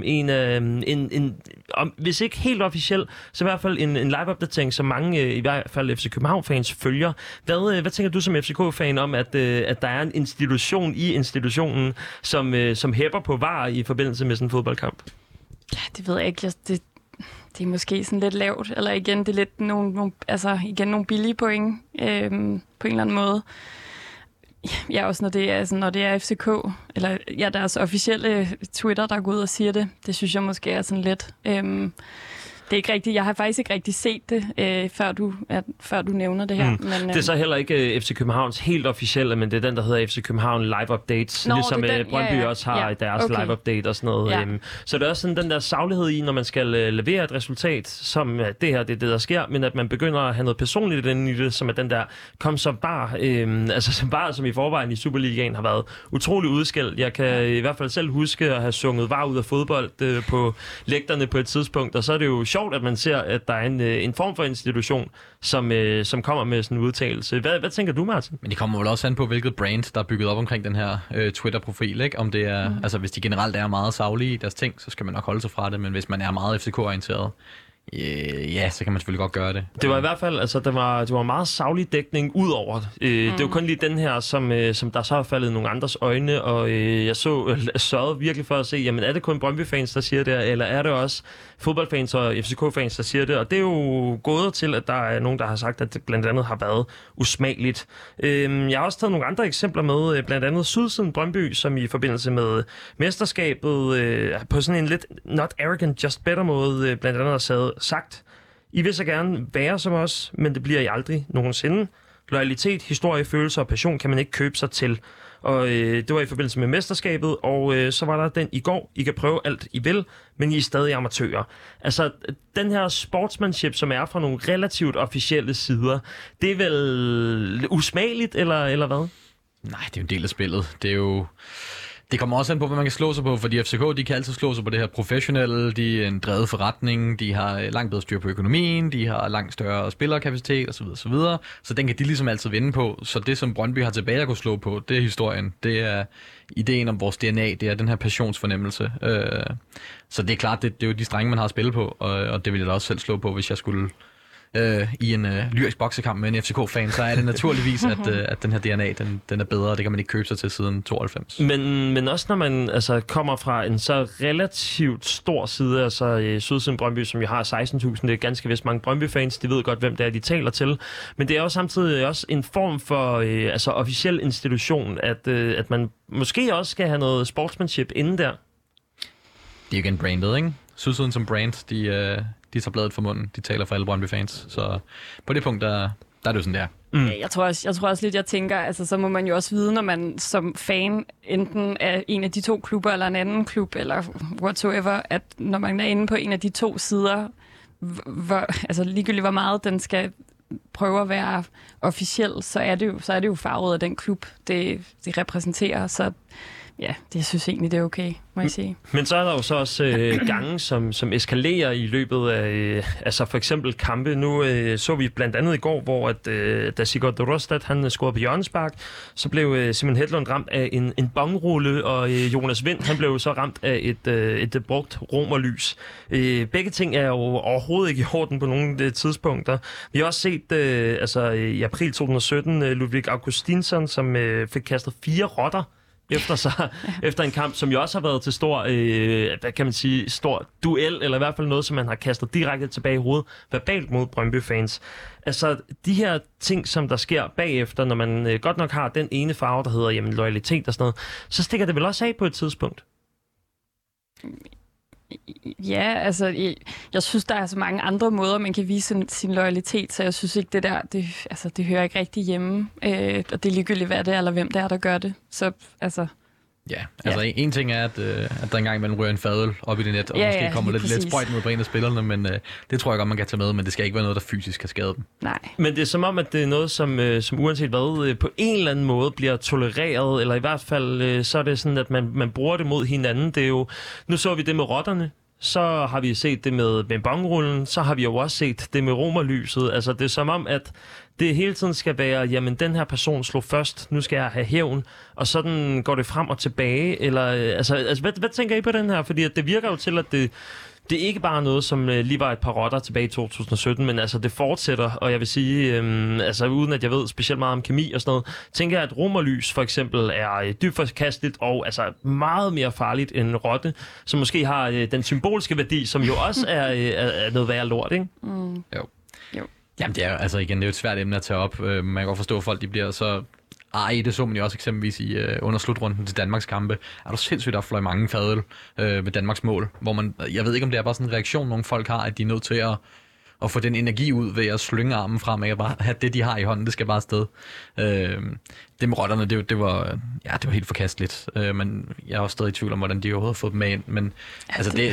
hvis ikke helt officiel, så i hvert fald en live-opdatering, som mange, i hvert fald FC København-fans, følger. Hvad tænker du som FCK-fan om, at der er en institution i institutionen, som hæpper på VAR i forbindelse med sådan en fodboldkamp? Ja, det ved jeg ikke. Det er måske sådan lidt lavt, eller igen, det er lidt nogle billige point på en eller anden måde. Ja, også når det er FCK, eller deres officielle Twitter, der går ud og siger det. Det synes jeg måske er sådan lidt... Det er ikke rigtigt. Jeg har faktisk ikke rigtig set det, før du nævner det her. Men, det er så heller ikke FC Københavns helt officielle, men det er den, der hedder FC København Live Updates, ligesom Brøndby også har deres live update og sådan noget. Ja. Så det er også sådan den der saglighed i, når man skal levere et resultat, som det her, det er det, der sker, men at man begynder at have noget personligt i det, som er den der kom så bare, som i forvejen i Superligaen har været utrolig udskældt. Jeg kan i hvert fald selv huske at have sunget var ud af fodbold på lægterne på et tidspunkt, og så er det jo sjovt, at man ser, at der er en form for institution, som kommer med sådan en udtalelse. Hvad tænker du, Martin? Men det kommer vel også an på, hvilket brand, der er bygget op omkring den her Twitter-profil, ikke? Om det er, altså hvis de generelt er meget saglige i deres ting, så skal man nok holde sig fra det, men hvis man er meget FCK-orienteret, så kan man selvfølgelig godt gøre det. Det var i hvert fald, altså det var meget saglig dækning udover. Det var kun lige den her, som der så har faldet nogle andres øjne, og jeg sørgede virkelig for at se, jamen er det kun Brøndby-fans, der siger det, eller er det også fodboldfans og FCK-fans, der siger det? Og det er jo gået til, at der er nogen, der har sagt, at det blandt andet har været usmageligt. Jeg har også taget nogle andre eksempler med, blandt andet Sydsiden Brøndby, som i forbindelse med mesterskabet på sådan en lidt not arrogant, just better måde, blandt andet har sagt, I vil så gerne være som os, men det bliver I aldrig nogensinde. Loyalitet, historie, følelser og passion kan man ikke købe sig til. Og det var i forbindelse med mesterskabet, og så var der den i går. I kan prøve alt I vil, men I er stadig amatører. Altså, den her sportsmanship, som er fra nogle relativt officielle sider, det er vel usmageligt, eller hvad? Nej, det er jo en del af spillet. Det kommer også an på, hvad man kan slå sig på, fordi FCK, de kan altid slå sig på det her professionelle, de er en drevet forretning, de har langt bedre styr på økonomien, de har langt større spillerkapacitet osv. Så den kan de ligesom altid vinde på. Så det, som Brøndby har tilbage at kunne slå på, det er historien. Det er ideen om vores DNA, det er den her passionsfornemmelse. Så det er klart, det er jo de strenge, man har at spille på, og det ville jeg da også selv slå på, hvis jeg skulle i en lyrisk boksekamp med en FCK-fan, så er det naturligvis, at den her DNA, den er bedre, det kan man ikke købe sig til siden 92. Men også når man kommer fra en så relativt stor side, altså Sydsiden Brøndby, som jo har 16.000, det er ganske vist mange Brøndby-fans, de ved godt, hvem det er, de taler til, men det er jo samtidig også en form for officiel institution, at man måske også skal have noget sportsmanship inden der. Det er jo igen brandet, ikke? Sydsiden som brand, de tager bladet for munden. De taler for alle Brøndby-fans. Så på det punkt, der er det jo sådan, der. Ja, jeg tror også lidt, jeg tænker, altså så må man jo også vide, når man som fan enten er en af de to klubber, eller en anden klub, eller whatsoever, at når man er inde på en af de to sider, altså ligegyldigt hvor meget den skal prøve at være officiel, så er det jo farvet af den klub, det repræsenterer. Så ja, det synes jeg egentlig, det er okay, må jeg sige. Men så er der jo så også gange, som eskalerer i løbet af, altså for eksempel kampe. Nu så vi blandt andet i går, hvor da Sigurd Rostad, han scorede på hjørnespark, så blev Simon Hedlund ramt af en bongrulle, og Jonas Vind, han blev så ramt af et brugt romerlys. Begge ting er jo overhovedet ikke i orden på nogle tidspunkter. Vi har også set, i april 2017, Ludvig Augustinsson, som fik kastet 4 rotter efter en kamp, som jo også har været til stor duel, eller i hvert fald noget, som man har kastet direkte tilbage i hovedet, verbalt mod Brøndby-fans. Altså, de her ting, som der sker bagefter, når man godt nok har den ene farve, der hedder loyalitet og sådan noget, så stikker det vel også af på et tidspunkt? Ja, altså, jeg synes, der er så mange andre måder, man kan vise sin loyalitet, så jeg synes ikke, det hører ikke rigtig hjemme. Og det er ligegyldigt, hvad det er, eller hvem det er, der gør det. Så, altså... Ja, altså en ting er, at der engang man rører en fadøl op i det net, og måske kommer lidt sprøjt mod på en af spillerne, men det tror jeg godt, man kan tage med, men det skal ikke være noget, der fysisk kan skade dem. Nej. Men det er som om, at det er noget, som uanset hvad, på en eller anden måde bliver tolereret, eller i hvert fald så er det sådan, at man bruger det mod hinanden. Det er jo, nu så vi det med rotterne, så har vi set det med bongrullen, så har vi jo også set det med romerlyset. Altså det er som om, at det hele tiden skal være, jamen den her person slog først, nu skal jeg have hævn, og sådan går det frem og tilbage. Eller, hvad tænker I på den her? Fordi at det virker jo til, at det er ikke bare noget, som lige var et par rotter tilbage i 2017, men altså det fortsætter, og jeg vil sige, uden at jeg ved specielt meget om kemi og sådan noget, tænker jeg, at romerlys for eksempel er dybt forkasteligt og altså meget mere farligt end rotte, som måske har den symbolske værdi, som jo også er noget værre lort, ikke? Mm. Jo. Jamen det er altså igen, det er jo et svært emne at tage op. Man kan godt forstå, at folk de bliver så... det så man jo også eksempelvis under slutrunden til Danmarks kampe. Er du sindssygt, der fløj mange fadøl med Danmarks mål, hvor man... Jeg ved ikke, om det er bare sådan en reaktion, nogle folk har, at de er nødt til at få den energi ud ved at slynge armen frem, og bare have det, de har i hånden, det skal bare afsted. Det med rotterne, det var helt forkasteligt. Men jeg er også stadig i tvivl om, hvordan de overhovedet har fået dem med ind. Men altså det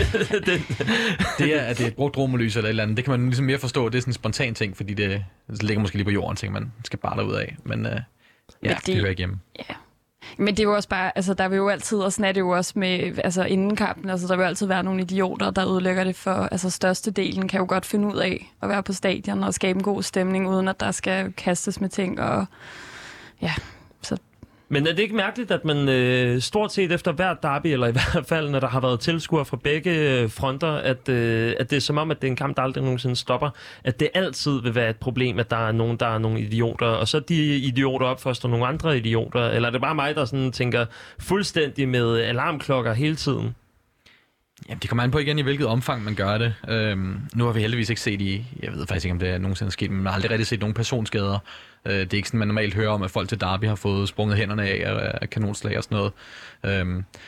er, at det er et brugt romerlys eller et eller andet, det kan man ligesom mere forstå. Det er sådan en spontan ting, fordi det ligger måske lige på jorden, ting man skal bare derud af. Men det hører ikke hjemme. Ja. Men det er jo også bare, altså der vil jo altid, og sådan er det jo også med, altså inden kampen, altså der vil altid være nogle idioter, der ødelægger det for, altså størstedelen kan jo godt finde ud af at være på stadion og skabe en god stemning, uden at der skal kastes med ting, og ja, så... Men er det ikke mærkeligt, at man stort set efter hvert derby, eller i hvert fald, når der har været tilskuere fra begge fronter, at det er som om, at det er en kamp, der aldrig nogensinde stopper, at det altid vil være et problem, at der er nogle idioter, og så de idioter opførster nogle andre idioter, eller er det bare mig, der sådan tænker fuldstændig med alarmklokker hele tiden? Jamen, det kommer an på igen, i hvilket omfang man gør det. Nu har vi heldigvis ikke set jeg ved faktisk ikke, om det er nogensinde er sket, men man har aldrig rigtig set nogen personskader. Det er ikke sådan, man normalt hører om, at folk til derby har fået sprunget hænderne af kanonslag og sådan noget.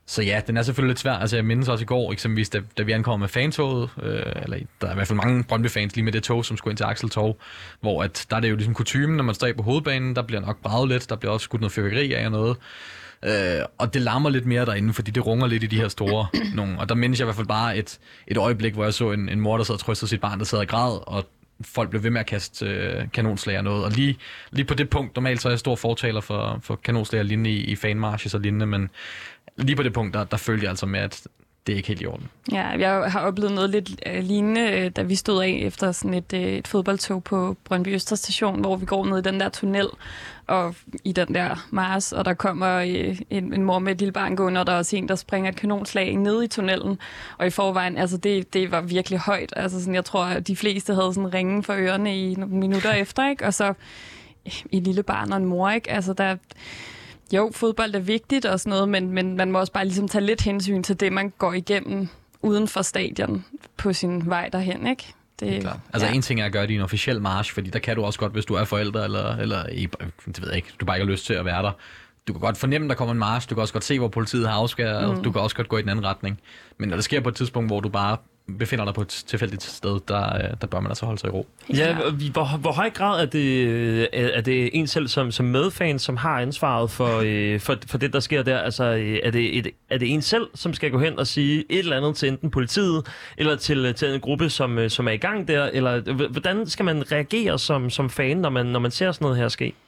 Så ja, den er selvfølgelig lidt svær. Altså jeg mindes også i går, eksempelvis, da vi ankom med fantoget, eller der er i hvert fald mange Brøndby-fans lige med det tog, som skulle ind til Axel Torv, hvor at, der er det jo ligesom kutymen, når man står på hovedbanen, der bliver nok braget lidt, der bliver også skudt noget fyrværkeri af og noget. Og det larmer lidt mere derinde, fordi det runger lidt i de her store nogle. Og der mindes jeg i hvert fald bare et øjeblik, hvor jeg så en mor, der sad og trøstede sit barn, der sad og græd, og folk blev ved med at kaste kanonslag og noget. Og lige på det punkt, normalt så er jeg stor fortaler for kanonslag lignende i fanmarches og lignende, men lige på det punkt, der følte jeg altså med, at det er ikke helt i orden. Ja, jeg har oplevet noget lidt lignende, da vi stod af efter sådan et fodboldtog på Brøndby Østre Station, hvor vi går ned i den der tunnel og i den der mars, og der kommer en mor med et lille barn gående, og der er også en, der springer et kanonslag ned i tunnelen. Og i forvejen, altså det var virkelig højt. Altså sådan, jeg tror, at de fleste havde sådan ringen for ørerne i nogle minutter efter, ikke? Og så et lille barn og en mor, ikke? Altså jo, fodbold er vigtigt og sådan noget, men man må også bare ligesom tage lidt hensyn til det, man går igennem uden for stadion på sin vej derhen, ikke? Det er klart. Altså en ting er at gøre det i en officiel march, fordi der kan du også godt, hvis du er forælder, eller det ved jeg ikke, du bare ikke har lyst til at være der. Du kan godt fornemme, der kommer en march, du kan også godt se, hvor politiet har afskæret, og du kan også godt gå i den anden retning. Men når det sker på et tidspunkt, hvor du bare befinder dig på et tilfældigt sted, der bør man altså holde sig i ro. Ja, hvor høj grad er det en selv som medfan, som har ansvaret for det, der sker der? Altså, er det en selv, som skal gå hen og sige et eller andet til enten politiet, eller til en gruppe, som er i gang der? Eller hvordan skal man reagere som fan, når man ser sådan noget her ske?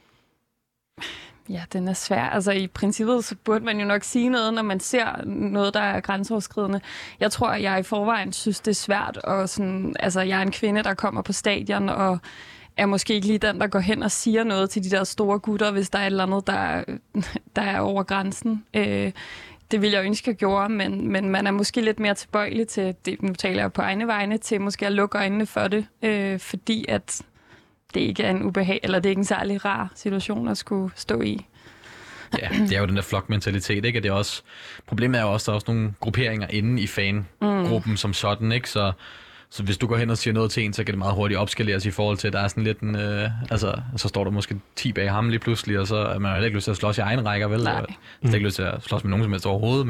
Ja, den er svær. Altså i princippet, så burde man jo nok sige noget, når man ser noget, der er grænseoverskridende. Jeg tror, at jeg i forvejen synes, det er svært. Og sådan, altså, jeg er en kvinde, der kommer på stadion, og er måske ikke lige den, der går hen og siger noget til de der store gutter, hvis der er et eller andet, der er over grænsen. Det ville jeg ønske, jeg gjorde, men man er måske lidt mere tilbøjelig til, nu taler jeg på egne vegne, til måske at lukke øjnene for det, fordi at det ikke er en ubehag, eller det er ikke en særlig rar situation at skulle stå i. Ja, det er jo den der flokmentalitet, ikke? Og det er også, problemet er jo også, der er også nogle grupperinger inde i fangruppen som sådan, ikke? Så hvis du går hen og siger noget til en, så kan det meget hurtigt opskaleres i forhold til, at der er sådan lidt en, så står der måske 10 bag ham lige pludselig, og så er man jo ikke lyst til at slås i egen rækker, vel? Nej. Det er ikke lyst til at slås med nogen som helst overhovedet,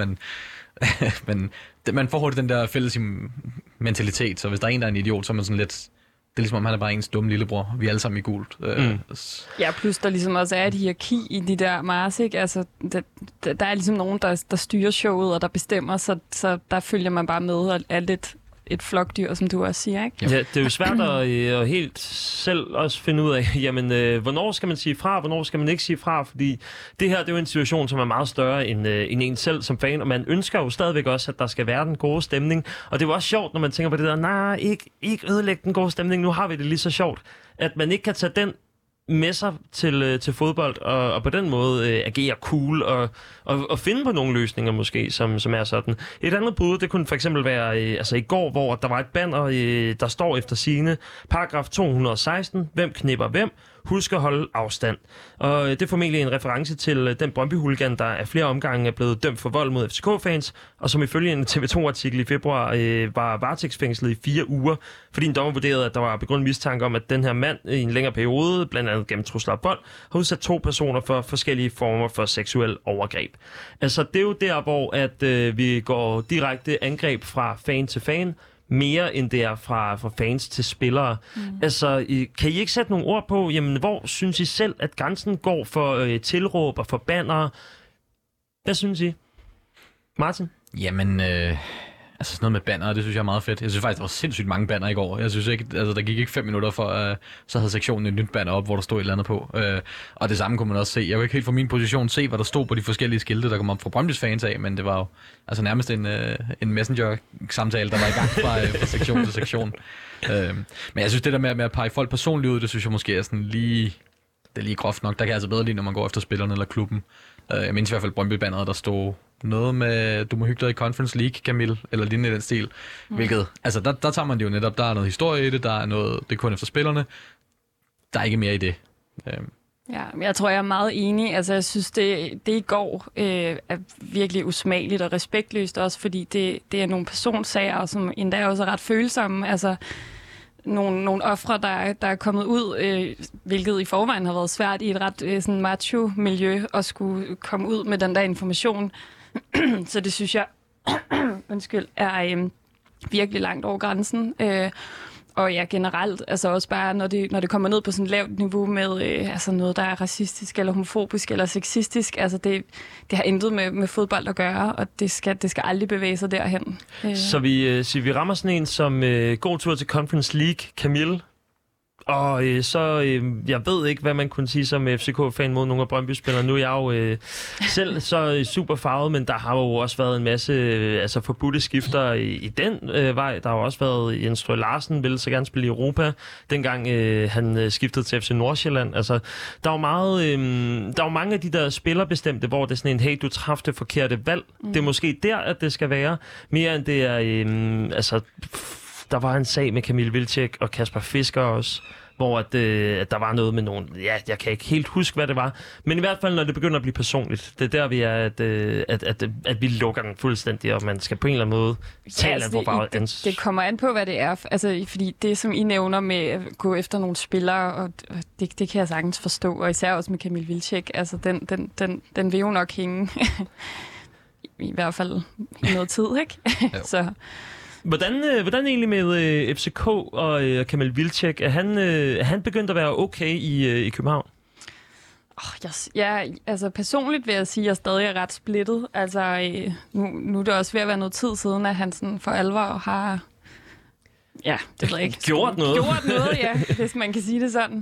men man får hurtigt den der fælles mentalitet, så hvis der er en, der er en idiot, så er man sådan lidt, det er ligesom, om han er bare ens dumme lillebror. Vi er alle sammen i gult. Ja, plus der ligesom også er et hierarki i de der Mars, ikke? Altså, der er ligesom nogen, der styrer showet, og der bestemmer, så der følger man bare med og er lidt et flokdyr, som du også siger, ikke? Ja, det er jo svært at helt selv også finde ud af, jamen, hvornår skal man sige fra, hvornår skal man ikke sige fra, fordi det her, det er jo en situation, som er meget større end en selv som fan, og man ønsker jo stadigvæk også, at der skal være den gode stemning, og det er jo også sjovt, når man tænker på det der, nej, ikke ødelægge den gode stemning, nu har vi det lige så sjovt, at man ikke kan tage den med sig til fodbold, og på den måde agere cool, og finde på nogle løsninger måske, som er sådan. Et andet bud, det kunne for eksempel være i går, hvor der var et banner, der står efter sigende, paragraf 216, hvem knipper hvem, husk at holde afstand. Og det er formentlig en reference til den Brøndby-hooligan, der af flere omgange er blevet dømt for vold mod FCK-fans, og som ifølge en TV2-artikel i februar var varetægtsfængslet i 4 uger, fordi en dommer vurderede, at der var begrundet mistanke om, at den her mand i en længere periode, blandt andet gennem trusler og vold, har udsat 2 personer for forskellige former for seksuel overgreb. Altså, det er jo der, hvor at vi går direkte angreb fra fan til fan, mere end det er fra fans til spillere. Altså, kan I ikke sætte nogle ord på, jamen, hvor synes I selv, at grænsen går for tilråb og for bannere? Hvad synes I? Martin? Jamen, altså sådan noget med bannere, det synes jeg er meget fedt. Jeg synes faktisk, der var sindssygt mange bannere i går. Jeg synes ikke, altså der gik ikke 5 minutter for, så havde sektionen et nyt banner op, hvor der stod et eller andet på. Og det samme kunne man også se. Jeg kunne ikke helt fra min position se, hvad der stod på de forskellige skilte, der kom op fra Brøndbys fans af, men det var jo altså nærmest en messenger-samtale, der var i gang fra sektion til sektion. Men jeg synes, det der med at pege folk personligt ud, det synes jeg måske er sådan lige groft nok. Der kan jeg altså bedre lide, når man går efter spillerne eller klubben. Jeg mindes i hvert fald Brøndby-banneret, der stod noget med, du må hygge dig i Conference League, Camille, eller lignende i den stil. Hvilket, altså der tager man det jo netop, der er noget historie i det, der er noget, det er kun efter spillerne. Der er ikke mere i det. Ja, jeg tror, jeg er meget enig. Altså, jeg synes, det i går er virkelig usmageligt og respektløst også, fordi det er nogle personsager, som endda også er ret følsomme. Altså, nogle ofre, der er kommet ud, hvilket i forvejen har været svært i et ret sådan macho-miljø, at skulle komme ud med den der information, Så det synes jeg er virkelig langt over grænsen. Og ja, generelt, altså også bare, når det kommer ned på sådan et lavt niveau med altså noget, der er racistisk, eller homofobisk, eller sexistisk, altså det har intet med fodbold at gøre, og det skal aldrig bevæge sig derhen. Så vi rammer sådan en som god tur til Conference League, Camille. Og jeg ved ikke, hvad man kunne sige som FCK-fan mod nogle af Brøndby-spillere. Nu er jeg jo selv så super farvet, men der har jo også været en masse forbudte skifter i den vej. Der har jo også været Jens Strø Larsen, ville så gerne spille i Europa, dengang han skiftede til FC Nordsjælland. Altså, der er jo mange af de der spillerbestemte, hvor det er sådan en, hey, du træffede det forkerte valg. Det er måske der, at det skal være. Mere end det er, der var en sag med Camille Vilcek og Kasper Fisker også, hvor at der var noget med nogen. Ja, jeg kan ikke helt huske, hvad det var. Men i hvert fald, når det begynder at blive personligt, det er der, vi er, at vi lukker den fuldstændig, og man skal på en eller anden måde tale det kommer an på, hvad det er. Altså, fordi det, som I nævner med at gå efter nogle spillere, og det kan jeg sagtens forstå, og især også med Camille Vilcek, altså den vil jo nok hænge i hvert fald i noget tid, ikke? Så... Hvordan egentlig med FCK og Camille Vilcek? Er han begyndt at være okay i København? Altså personligt vil jeg sige, at jeg stadig er ret splittet. Altså nu er det også ved at være noget tid siden, at han sådan for alvor har... Ja, det ved jeg ikke. Gjort noget, ja, hvis man kan sige det sådan.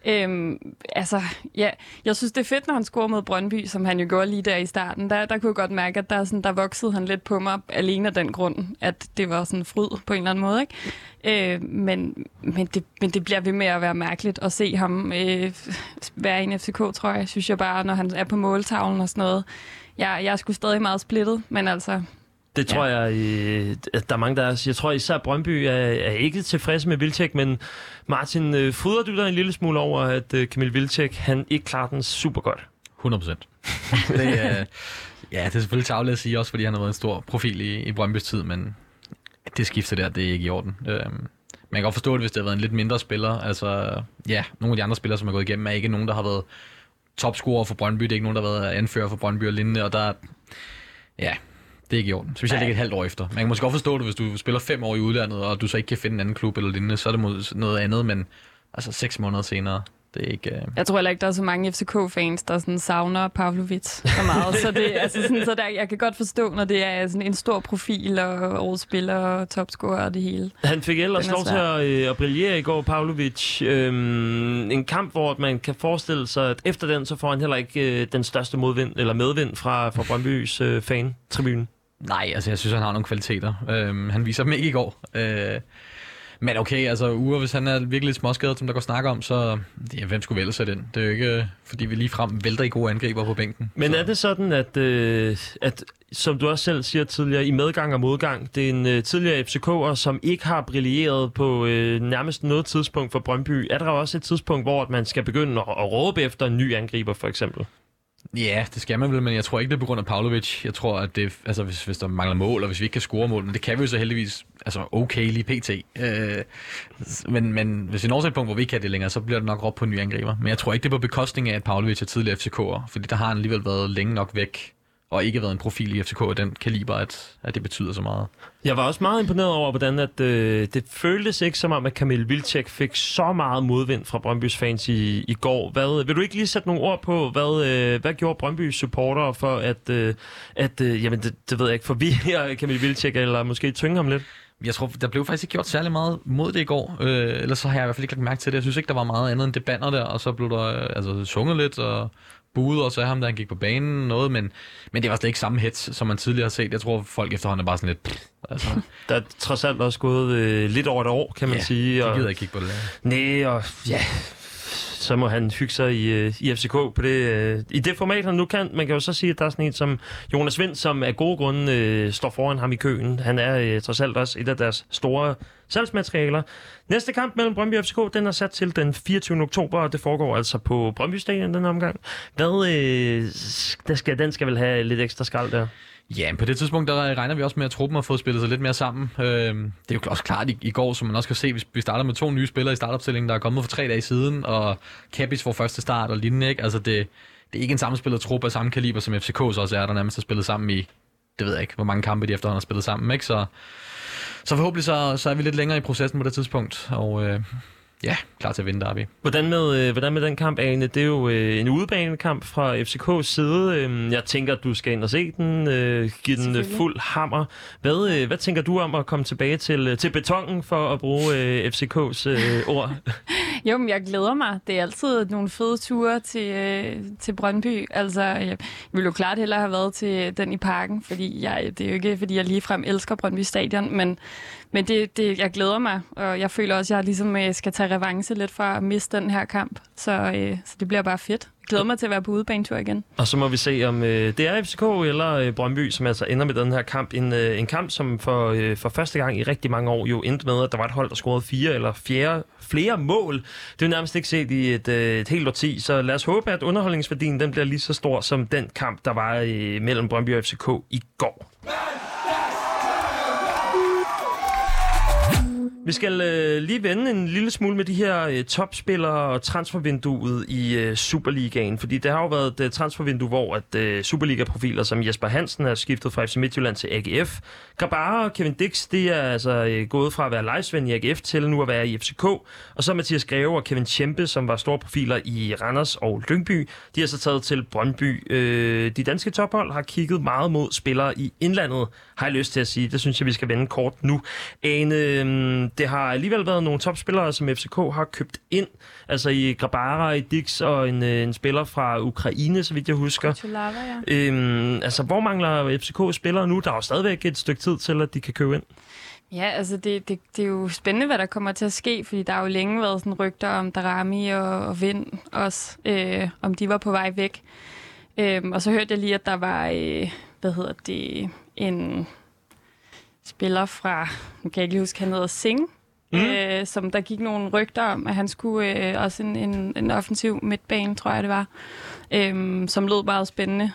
Jeg synes, det er fedt, når han scorer mod Brøndby, som han jo gjorde lige der i starten. Der kunne jeg godt mærke, at der voksede han lidt på mig alene af den grund, at det var sådan fryd på en eller anden måde, ikke? Men det bliver ved med at være mærkeligt at se ham være i en FCK, tror jeg. Synes jeg bare, når han er på måltavlen og sådan noget. Jeg er sgu stadig meget splittet, men altså... Det tror jeg, at der er mange, der er. Jeg tror især Brøndby er ikke tilfredse med Vilcek, men Martin, fryder du dig en lille smule over, at Camille Vilcek, han ikke klarer den super godt? 100%. Det er selvfølgelig tarveligt at sige, også fordi han har været en stor profil i Brøndbys tid, men det skifter der, det er ikke i orden. Man kan godt forstå det, hvis det har været en lidt mindre spiller. Altså, ja, nogle af de andre spillere, som har gået igennem, er ikke nogen, der har været topscorer for Brøndby. Det er ikke nogen, der har været anfører for Brøndby og lignende, og der ja... Det er ikke i orden. Specielt ikke et halvt år efter. Man kan måske godt forstå det, hvis du spiller 5 år i udlandet, og du så ikke kan finde en anden klub eller lignende, så er det noget andet, men altså 6 måneder senere, det er ikke... Jeg tror heller ikke, der er så mange FCK-fans, der sådan savner Pavlovic så meget. Så det, altså sådan, så der, jeg kan godt forstå, når det er sådan en stor profil og årets spiller og topscorer og det hele. Han fik ellers lov til at brillere i går, Pavlovic. En kamp, hvor man kan forestille sig, at efter den, så får han heller ikke den største modvind eller medvind fra Brøndbys fan-tribunen. Nej, altså jeg synes, han har nogle kvaliteter. Han viser dem ikke i går. Men okay, altså Ure, hvis han er virkelig lidt småskadet, som der går snakke om, så hvem skulle vælge sig den? Det er jo ikke, fordi vi lige frem vælter i gode angriber på bænken. Men er det sådan, at som du også selv siger tidligere, i medgang og modgang, det er en tidligere FCK'er, som ikke har brilleret på nærmest noget tidspunkt for Brøndby. Er der også et tidspunkt, hvor man skal begynde at råbe efter en ny angriber, for eksempel? Ja, det skal man vel, men jeg tror ikke, det er på grund af Pavlovic. Jeg tror, at det, altså hvis der mangler mål, og hvis vi ikke kan score mål, men det kan vi jo så heldigvis okay lige pt. Men hvis vi når til et punkt, hvor vi ikke kan det længere, så bliver det nok råbt på en ny angriber. Men jeg tror ikke, det er på bekostning af, at Pavlovic er tidligere FCK'er, fordi der har han alligevel været længe nok væk, og ikke været en profil i FCK af den kaliber, at det betyder så meget. Jeg var også meget imponeret over, hvordan at, det føltes ikke som om, at Camille Vilcek fik så meget modvind fra Brøndbys fans i går. Vil du ikke lige sætte nogle ord på, hvad gjorde Brøndbys supportere for jamen det ved jeg ikke, forvirre Camille Vilcek, eller måske tynge ham lidt? Jeg tror, der blev faktisk ikke gjort særlig meget mod det i går. Ellers så har jeg i hvert fald ikke lagt mærke til det. Jeg synes ikke, der var meget andet end det banner der, og så blev der sunget lidt, og buede også af ham, da han gik på banen, noget, men det var slet ikke samme hits, som man tidligere har set. Jeg tror, folk efterhånden er bare sådan lidt... Altså. Der er trods alt også gået lidt over et år, kan man sige. Ja, de gider ikke kigge på det der. Nej, og ja... Så må han hygge sig i FCK på det, i det format, han nu kan. Man kan jo så sige, at der er sådan en som Jonas Vind, som af gode grunde står foran ham i køen. Han er trods alt også et af deres store salgsmaterialer. Næste kamp mellem Brøndby og FCK, den er sat til den 24. oktober, og det foregår altså på Brøndby Stadion den omgang. Den skal vel have lidt ekstra skrald der? Ja, på det tidspunkt, der regner vi også med, at truppen har fået spillet sig lidt mere sammen. Det er jo også klart i går, som man også kan se, vi starter med 2 nye spillere i startopstillingen, der er kommet for 3 dage siden, og Kabis får første start og lignende, ikke? Altså det er ikke en sammenspillet trup af samme kaliber, som FCK så også er, der nærmest har spillet sammen i, det ved jeg ikke, hvor mange kampe de efterhånden har spillet sammen, ikke? Så forhåbentlig så er vi lidt længere i processen på det tidspunkt, og klar til at vinde derby. Hvordan med den kamp, Ane? Det er jo en udebanekamp fra FCK's side. Jeg tænker, at du skal ind og se den, give den fuld hammer. Hvad tænker du om at komme tilbage til betongen, for at bruge FCK's ord? Jo, men jeg glæder mig. Det er altid nogle fede ture til Brøndby. Altså, jeg ville jo klart hellere have været til den i Parken, fordi det er jo ikke, fordi jeg ligefrem elsker Brøndby Stadion, men jeg glæder mig, og jeg føler også, at jeg ligesom skal tage revanche lidt for at miste den her kamp. Så det bliver bare fedt. Jeg glæder mig til at være på udebanetur igen. Og så må vi se, om det er FCK eller Brøndby, som altså ender med den her kamp. En kamp, som for første gang i rigtig mange år jo endte med, at der var et hold, der scorede 4 eller flere mål. Det er jo nærmest ikke set i et helt årti, så lad os håbe, at underholdningsværdien den bliver lige så stor som den kamp, der var mellem Brøndby og FCK i går. Vi skal lige vende en lille smule med de her topspillere og transfervinduet i Superligaen, fordi det har jo været et transfervindue, hvor at Superliga-profiler som Jesper Hansen er skiftet fra FC Midtjylland til AGF. Grabara og Kevin Dix, det er altså gået fra at være lejesvend i AGF til nu at være i FCK. Og så Mathias Greve og Kevin Tjempe, som var store profiler i Randers og Lyngby, de er så taget til Brøndby. De danske tophold har kigget meget mod spillere i indlandet, har jeg lyst til at sige. Det synes jeg, vi skal vende kort nu. Det har alligevel været nogle topspillere, som FCK har købt ind. Altså i Grabara, i Dix og en spiller fra Ukraine, så vidt jeg husker. Altså, hvor mangler FCK spillere nu? Der er jo stadigvæk et stykke tid til, at de kan købe ind. Ja, altså det er jo spændende, hvad der kommer til at ske, fordi der har jo længe været sådan rygter om Darami og Vind også, om de var på vej væk. Og så hørte jeg lige, at der var, en spiller fra, nu kan jeg ikke lige huske, han hedder Singh, som der gik nogle rygter om, at han skulle også en offensiv midtbane, tror jeg det var, som lød meget spændende,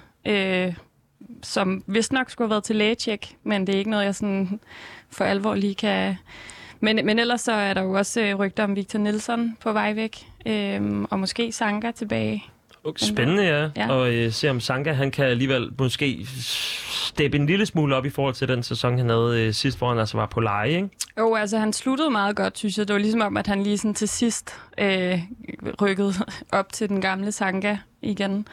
som vist nok skulle have været til lægetjek, men det er ikke noget, jeg sådan for alvor lige kan... Men ellers så er der jo også rygter om Victor Nilsson på vej væk, og måske Sanka tilbage. Spændende, ja. Og se om Sanka, han kan alligevel måske steppe en lille smule op i forhold til den sæson, han havde sidst, hvor han altså var på leje, ikke? Jo, altså han sluttede meget godt, synes jeg. Det var ligesom om, at han lige sådan til sidst rykkede op til den gamle Sanka igen.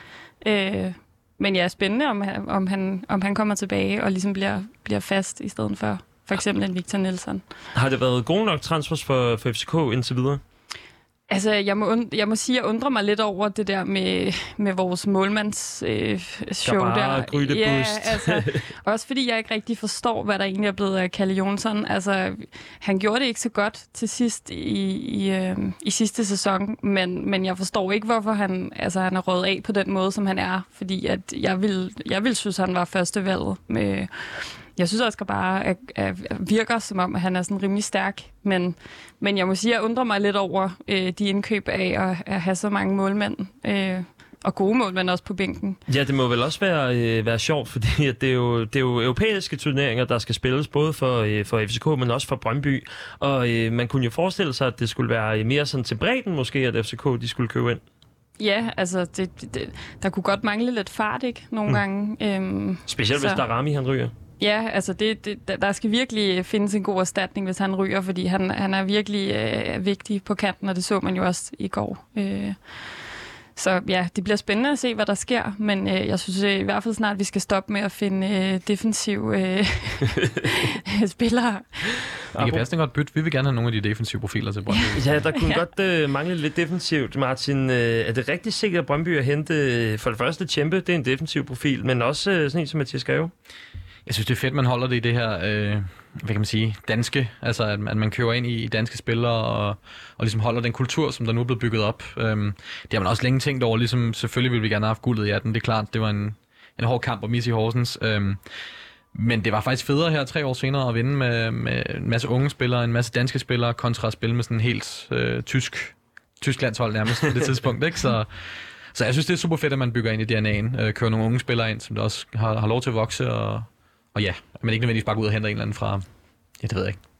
Men ja, spændende, om han kommer tilbage og ligesom bliver fast i stedet for eksempel en Victor Nilsson. Har det været gode nok transfers for FCK indtil videre? Altså, jeg må sige, at jeg undrer mig lidt over det der med vores målmandsshow der. Ja, altså, også fordi jeg ikke rigtig forstår, hvad der egentlig er blevet af Kalle Jonsson. Altså, han gjorde det ikke så godt til sidst i sidste sæson, men jeg forstår ikke, hvorfor han er røget af på den måde, som han er. Fordi at jeg vil synes, han var førstevalget med... Jeg synes også bare, at virker som om, at han er sådan rimelig stærk. Men jeg må sige, at jeg undrer mig lidt over de indkøb af at have så mange målmænd. Og gode målmænd også på bænken. Ja, det må vel også være sjovt, fordi at det er jo europæiske turneringer, der skal spilles, både for FCK, men også for Brøndby. Og man kunne jo forestille sig, at det skulle være mere sådan til bredden måske, at FCK de skulle købe ind. Ja, altså der kunne godt mangle lidt fart, ikke? Nogle gange. Specielt hvis Darami han ryger. Ja, altså der skal virkelig findes en god erstatning, hvis han ryger, fordi han er virkelig vigtig på kanten, og det så man jo også i går. Så ja, det bliver spændende at se, hvad der sker, men jeg synes i hvert fald snart, vi skal stoppe med at finde defensive spillere. Vi kan passende godt bytte. Vi vil gerne have nogle af de defensive profiler til Brøndby. Ja, der kunne godt mangle lidt defensivt. Martin, er det rigtig sikkert, at Brøndby har hentet for det første Tjempe, det er en defensiv profil, men også sådan en som Mathias Greve? Jeg synes, det er fedt, man holder det i det her, hvad kan man sige, danske, altså at man køber ind i danske spillere og ligesom holder den kultur, som der nu er blevet bygget op. Det har man også længe tænkt over, ligesom selvfølgelig ville vi gerne have haft guldet i 18, det er klart, det var en hård kamp at misse i Horsens. Men det var faktisk federe her 3 år senere at vinde med en masse unge spillere, en masse danske spillere, kontra at spille med sådan en helt tysk landshold nærmest på det tidspunkt, ikke? Så jeg synes, det er super fedt, at man bygger ind i DNA'en, kører nogle unge spillere ind, som der også har lov til at vokse, og ja, men ikke nødvendigvis bare gå ud og hente en eller anden fra, ja, det ved jeg ikke,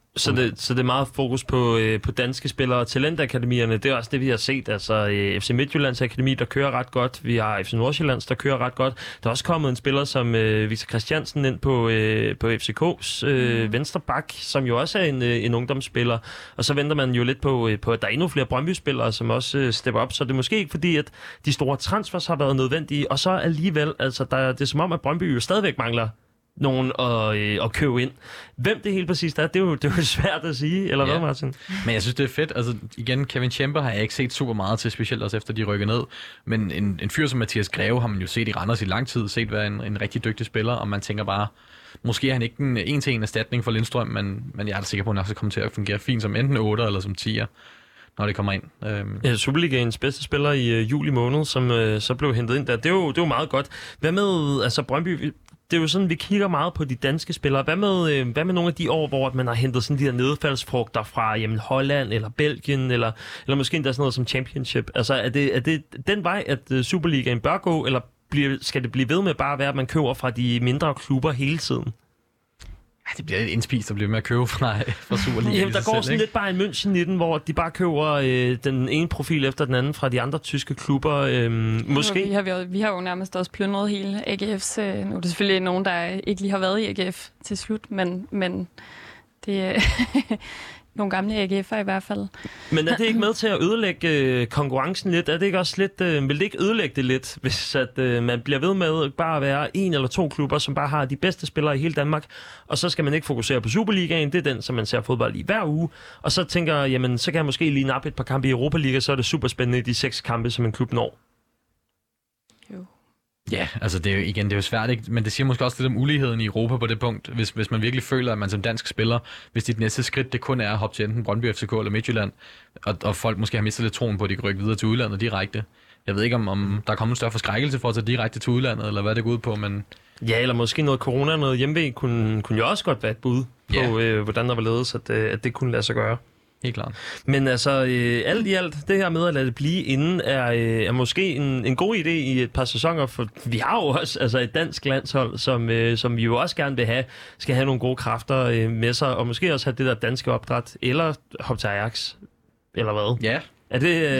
Så det er meget fokus på danske spillere og talentakademierne. Det er også det, vi har set. Altså FC Midtjyllands Akademi, der kører ret godt. Vi har FC Nordsjællands, der kører ret godt. Der er også kommet en spiller som Victor Christiansen ind på FCK's venstre bak, som jo også er en ungdomsspiller. Og så venter man jo lidt på, at der er endnu flere Brøndby-spillere, som også stepper op. Så det er måske ikke fordi, at de store transfers har været nødvendige. Og så alligevel, altså det er som om, at Brøndby jo stadigvæk mangler nogen at købe ind. Hvem det helt præcist er, det er jo svært at sige, eller hvad, Martin? Men jeg synes, det er fedt. Altså igen, Kevin Tjempe har jeg ikke set super meget til, specielt også efter de rykker ned. Men en fyr som Mathias Greve har man jo set i Randers i lang tid, set være en rigtig dygtig spiller, og man tænker bare, måske er han ikke en til en erstatning for Lindstrøm, men jeg er da sikker på, at han også kommer til at fungere fint som enten 8 eller som 10'er, når det kommer ind. Ja, Superligaens bedste spiller i juli måned, som så blev hentet ind der. Det er jo meget godt. Hvad med, altså Brøndby, det er jo sådan, vi kigger meget på de danske spillere. Hvad med nogle af de år, hvor man har hentet sådan de her nedfaldsfrugter fra Holland eller Belgien, eller måske endda sådan noget som Championship? Altså, er det den vej, at Superligaen bør gå, eller skal det blive ved med bare at være, at man køber fra de mindre klubber hele tiden? Det bliver lidt indspist at blive med at købe fra Superligaen. Jamen, der går sådan lidt bare en München i den, hvor de bare køber den ene profil efter den anden fra de andre tyske klubber. Måske. Vi har jo nærmest også plyndret hele AGF's. Nu er det selvfølgelig nogen, der ikke lige har været i AGF til slut, men det er nogle gamle AGF'er i hvert fald. Men er det ikke med til at ødelægge konkurrencen lidt? Er det ikke også lidt, vil det ikke ødelægge det lidt, hvis at, man bliver ved med bare at være 1 eller 2 klubber, som bare har de bedste spillere i hele Danmark, og så skal man ikke fokusere på Superligaen, det er den, som man ser fodbold i hver uge, og så tænker, jamen, så kan jeg måske lige nappe et par kampe i Europa Liga, så er det super spændende i de 6 kampe, som en klub når. Jo. Ja, altså det er jo svært, ikke? Men det siger måske også lidt om uligheden i Europa på det punkt. Hvis man virkelig føler, at man som dansk spiller, hvis dit næste skridt, det kun er at hoppe til enten Brøndby, FCK eller Midtjylland, og folk måske har mistet lidt troen på, at de kan rykke videre til udlandet direkte. Jeg ved ikke, om der er kommet en større forskrækkelse for at tage direkte til udlandet, eller hvad det går ud på, men... Ja, eller måske noget corona, noget hjemmevæg, kunne jo også godt være et bud på, hvordan der var ledes, at det kunne lade sig gøre. Helt klart. Men altså, alt i alt, det her med at lade det blive inden, er måske en god idé i et par sæsoner, for vi har jo også et dansk landshold, som vi jo også gerne vil have, skal have nogle gode kræfter med sig, og måske også have det der danske opdræt, eller hoppe til Ajax, eller hvad? Ja. Er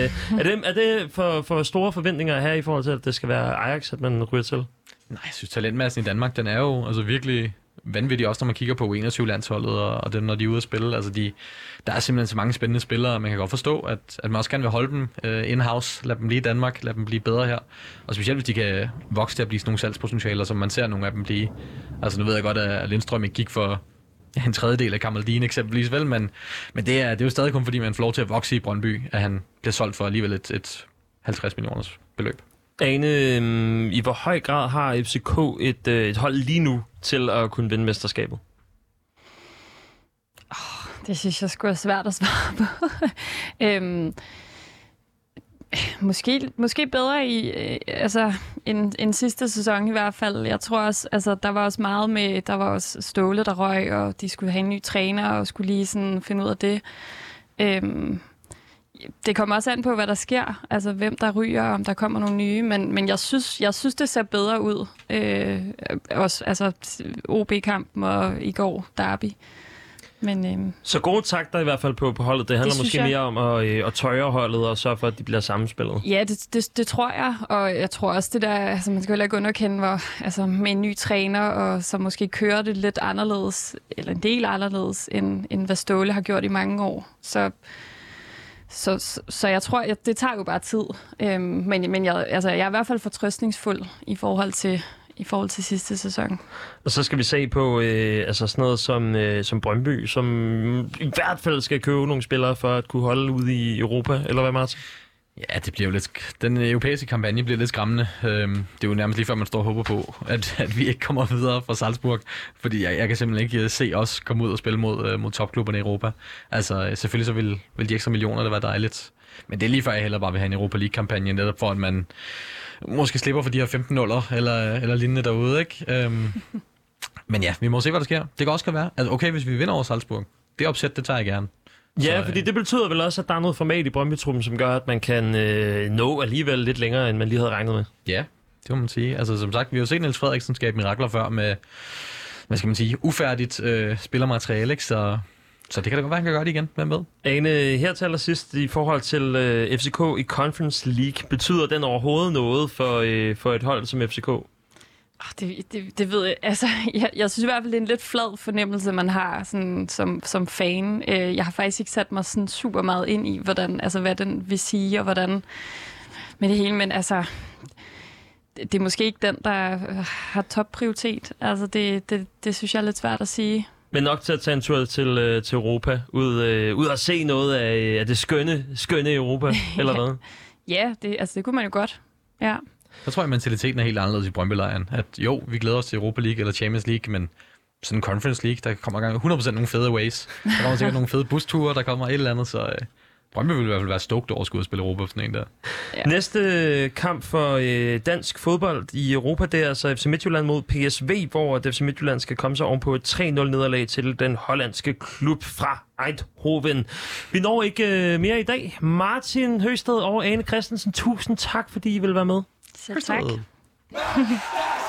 det for store forventninger her i forhold til, at det skal være Ajax, at man ryger til? Nej, jeg synes, talentmassen i Danmark, den er jo altså virkelig vanvittigt, også når man kigger på U21-landsholdet og dem, når de er ude at spille. Altså der er simpelthen så mange spændende spillere, og man kan godt forstå, at man også gerne vil holde dem in-house, lade dem blive i Danmark, lade dem blive bedre her. Og specielt, hvis de kan vokse til at blive sådan nogle salgspotentialer, som man ser nogle af dem blive. Altså nu ved jeg godt, at Lindstrøm ikke gik for en tredjedel af Kamaldin eksempelvis, vel, men det er jo stadig kun fordi, man får lov til at vokse i Brøndby, at han bliver solgt for alligevel et 50 millioners beløb. Ane, i hvor høj grad har FCK et hold lige nu til at kunne vinde mesterskabet? Det synes jeg skulle er svært at svare på. Måske bedre end sidste sæson i hvert fald. Jeg tror også, der var også meget med, der var også Ståle, der røg, og de skulle have en ny træner, og skulle lige sådan finde ud af det. Det kommer også an på, hvad der sker. Altså, hvem der ryger, om der kommer nogle nye. Men jeg synes det ser bedre ud. Også OB-kampen og i går Derby. Men, så gode takter i hvert fald på holdet. Det handler måske mere om at tøjre holdet og sørge for, at de bliver sammenspillet. Ja, det tror jeg. Og jeg tror også, det der, altså man skal heller ikke underkende, hvor med en ny træner, og så måske kører det lidt anderledes, eller en del anderledes, end hvad Ståle har gjort i mange år. Så jeg tror, at det tager jo bare tid. Men jeg er i hvert fald fortrøstningsfuld i forhold til sidste sæson. Og så skal vi se på sådan noget som Brøndby, som i hvert fald skal købe nogle spillere for at kunne holde ude i Europa, eller hvad, Martin? Ja, det bliver jo lidt... Den europæiske kampagne bliver lidt skræmmende. Det er jo nærmest lige før, man står og håber på, at vi ikke kommer videre fra Salzburg, fordi jeg kan simpelthen ikke se os komme ud og spille mod topklubberne i Europa. Altså, selvfølgelig så vil de ekstra millioner, det være dejligt. Men det er lige før, jeg heller bare vil have en Europa League-kampagne, netop for at man måske slipper for de her 15-0'er eller lignende derude, ikke? Men ja, vi må se, hvad der sker. Det kan også være. Altså, okay, hvis vi vinder over Salzburg, det opsæt, det tager jeg gerne. Ja, fordi det betyder vel også, at der er noget format i Brøndby-truppen, som gør, at man kan nå alligevel lidt længere, end man lige havde regnet med. Ja, det må man sige. Altså som sagt, vi har jo set Niels Frederiksen skabe mirakler før med, hvad skal man sige, ufærdigt spillermateriale, ikke? Så Så det kan da godt være, han kan gøre det igen. Hvem ved? Ane, her til allersidst i forhold til FCK i Conference League. Betyder den overhovedet noget for et hold som FCK? Det ved jeg. Altså, jeg synes i hvert fald, det er en lidt flad fornemmelse, man har sådan, som fan. Jeg har faktisk ikke sat mig sådan super meget ind i, hvad den vil sige, og hvordan med det hele. Men altså, det er måske ikke den, der har topprioritet. Altså, det synes jeg er lidt svært at sige. Men nok til at tage en tur til Europa, ud og se noget af det skønne Europa, eller hvad? Ja, det kunne man jo godt, ja. Så tror jeg, at mentaliteten er helt anderledes i Brøndby-lejren. At jo, vi glæder os til Europa League eller Champions League, men sådan en Conference League, der kommer gang 100% nogle fede aways. Der kommer sikkert nogle fede busture, der kommer et eller andet, så Brøndby vil i hvert fald være stoked over at skulle spille Europa for sådan en der. Ja. Næste kamp for dansk fodbold i Europa, det er altså FC Midtjylland mod PSV, hvor FC Midtjylland skal komme sig oven på et 3-0-nederlag til den hollandske klub fra Eindhoven. Vi når ikke mere i dag. Martin Høsted og Ane Christensen, tusind tak, fordi I vil være med. Selv tak.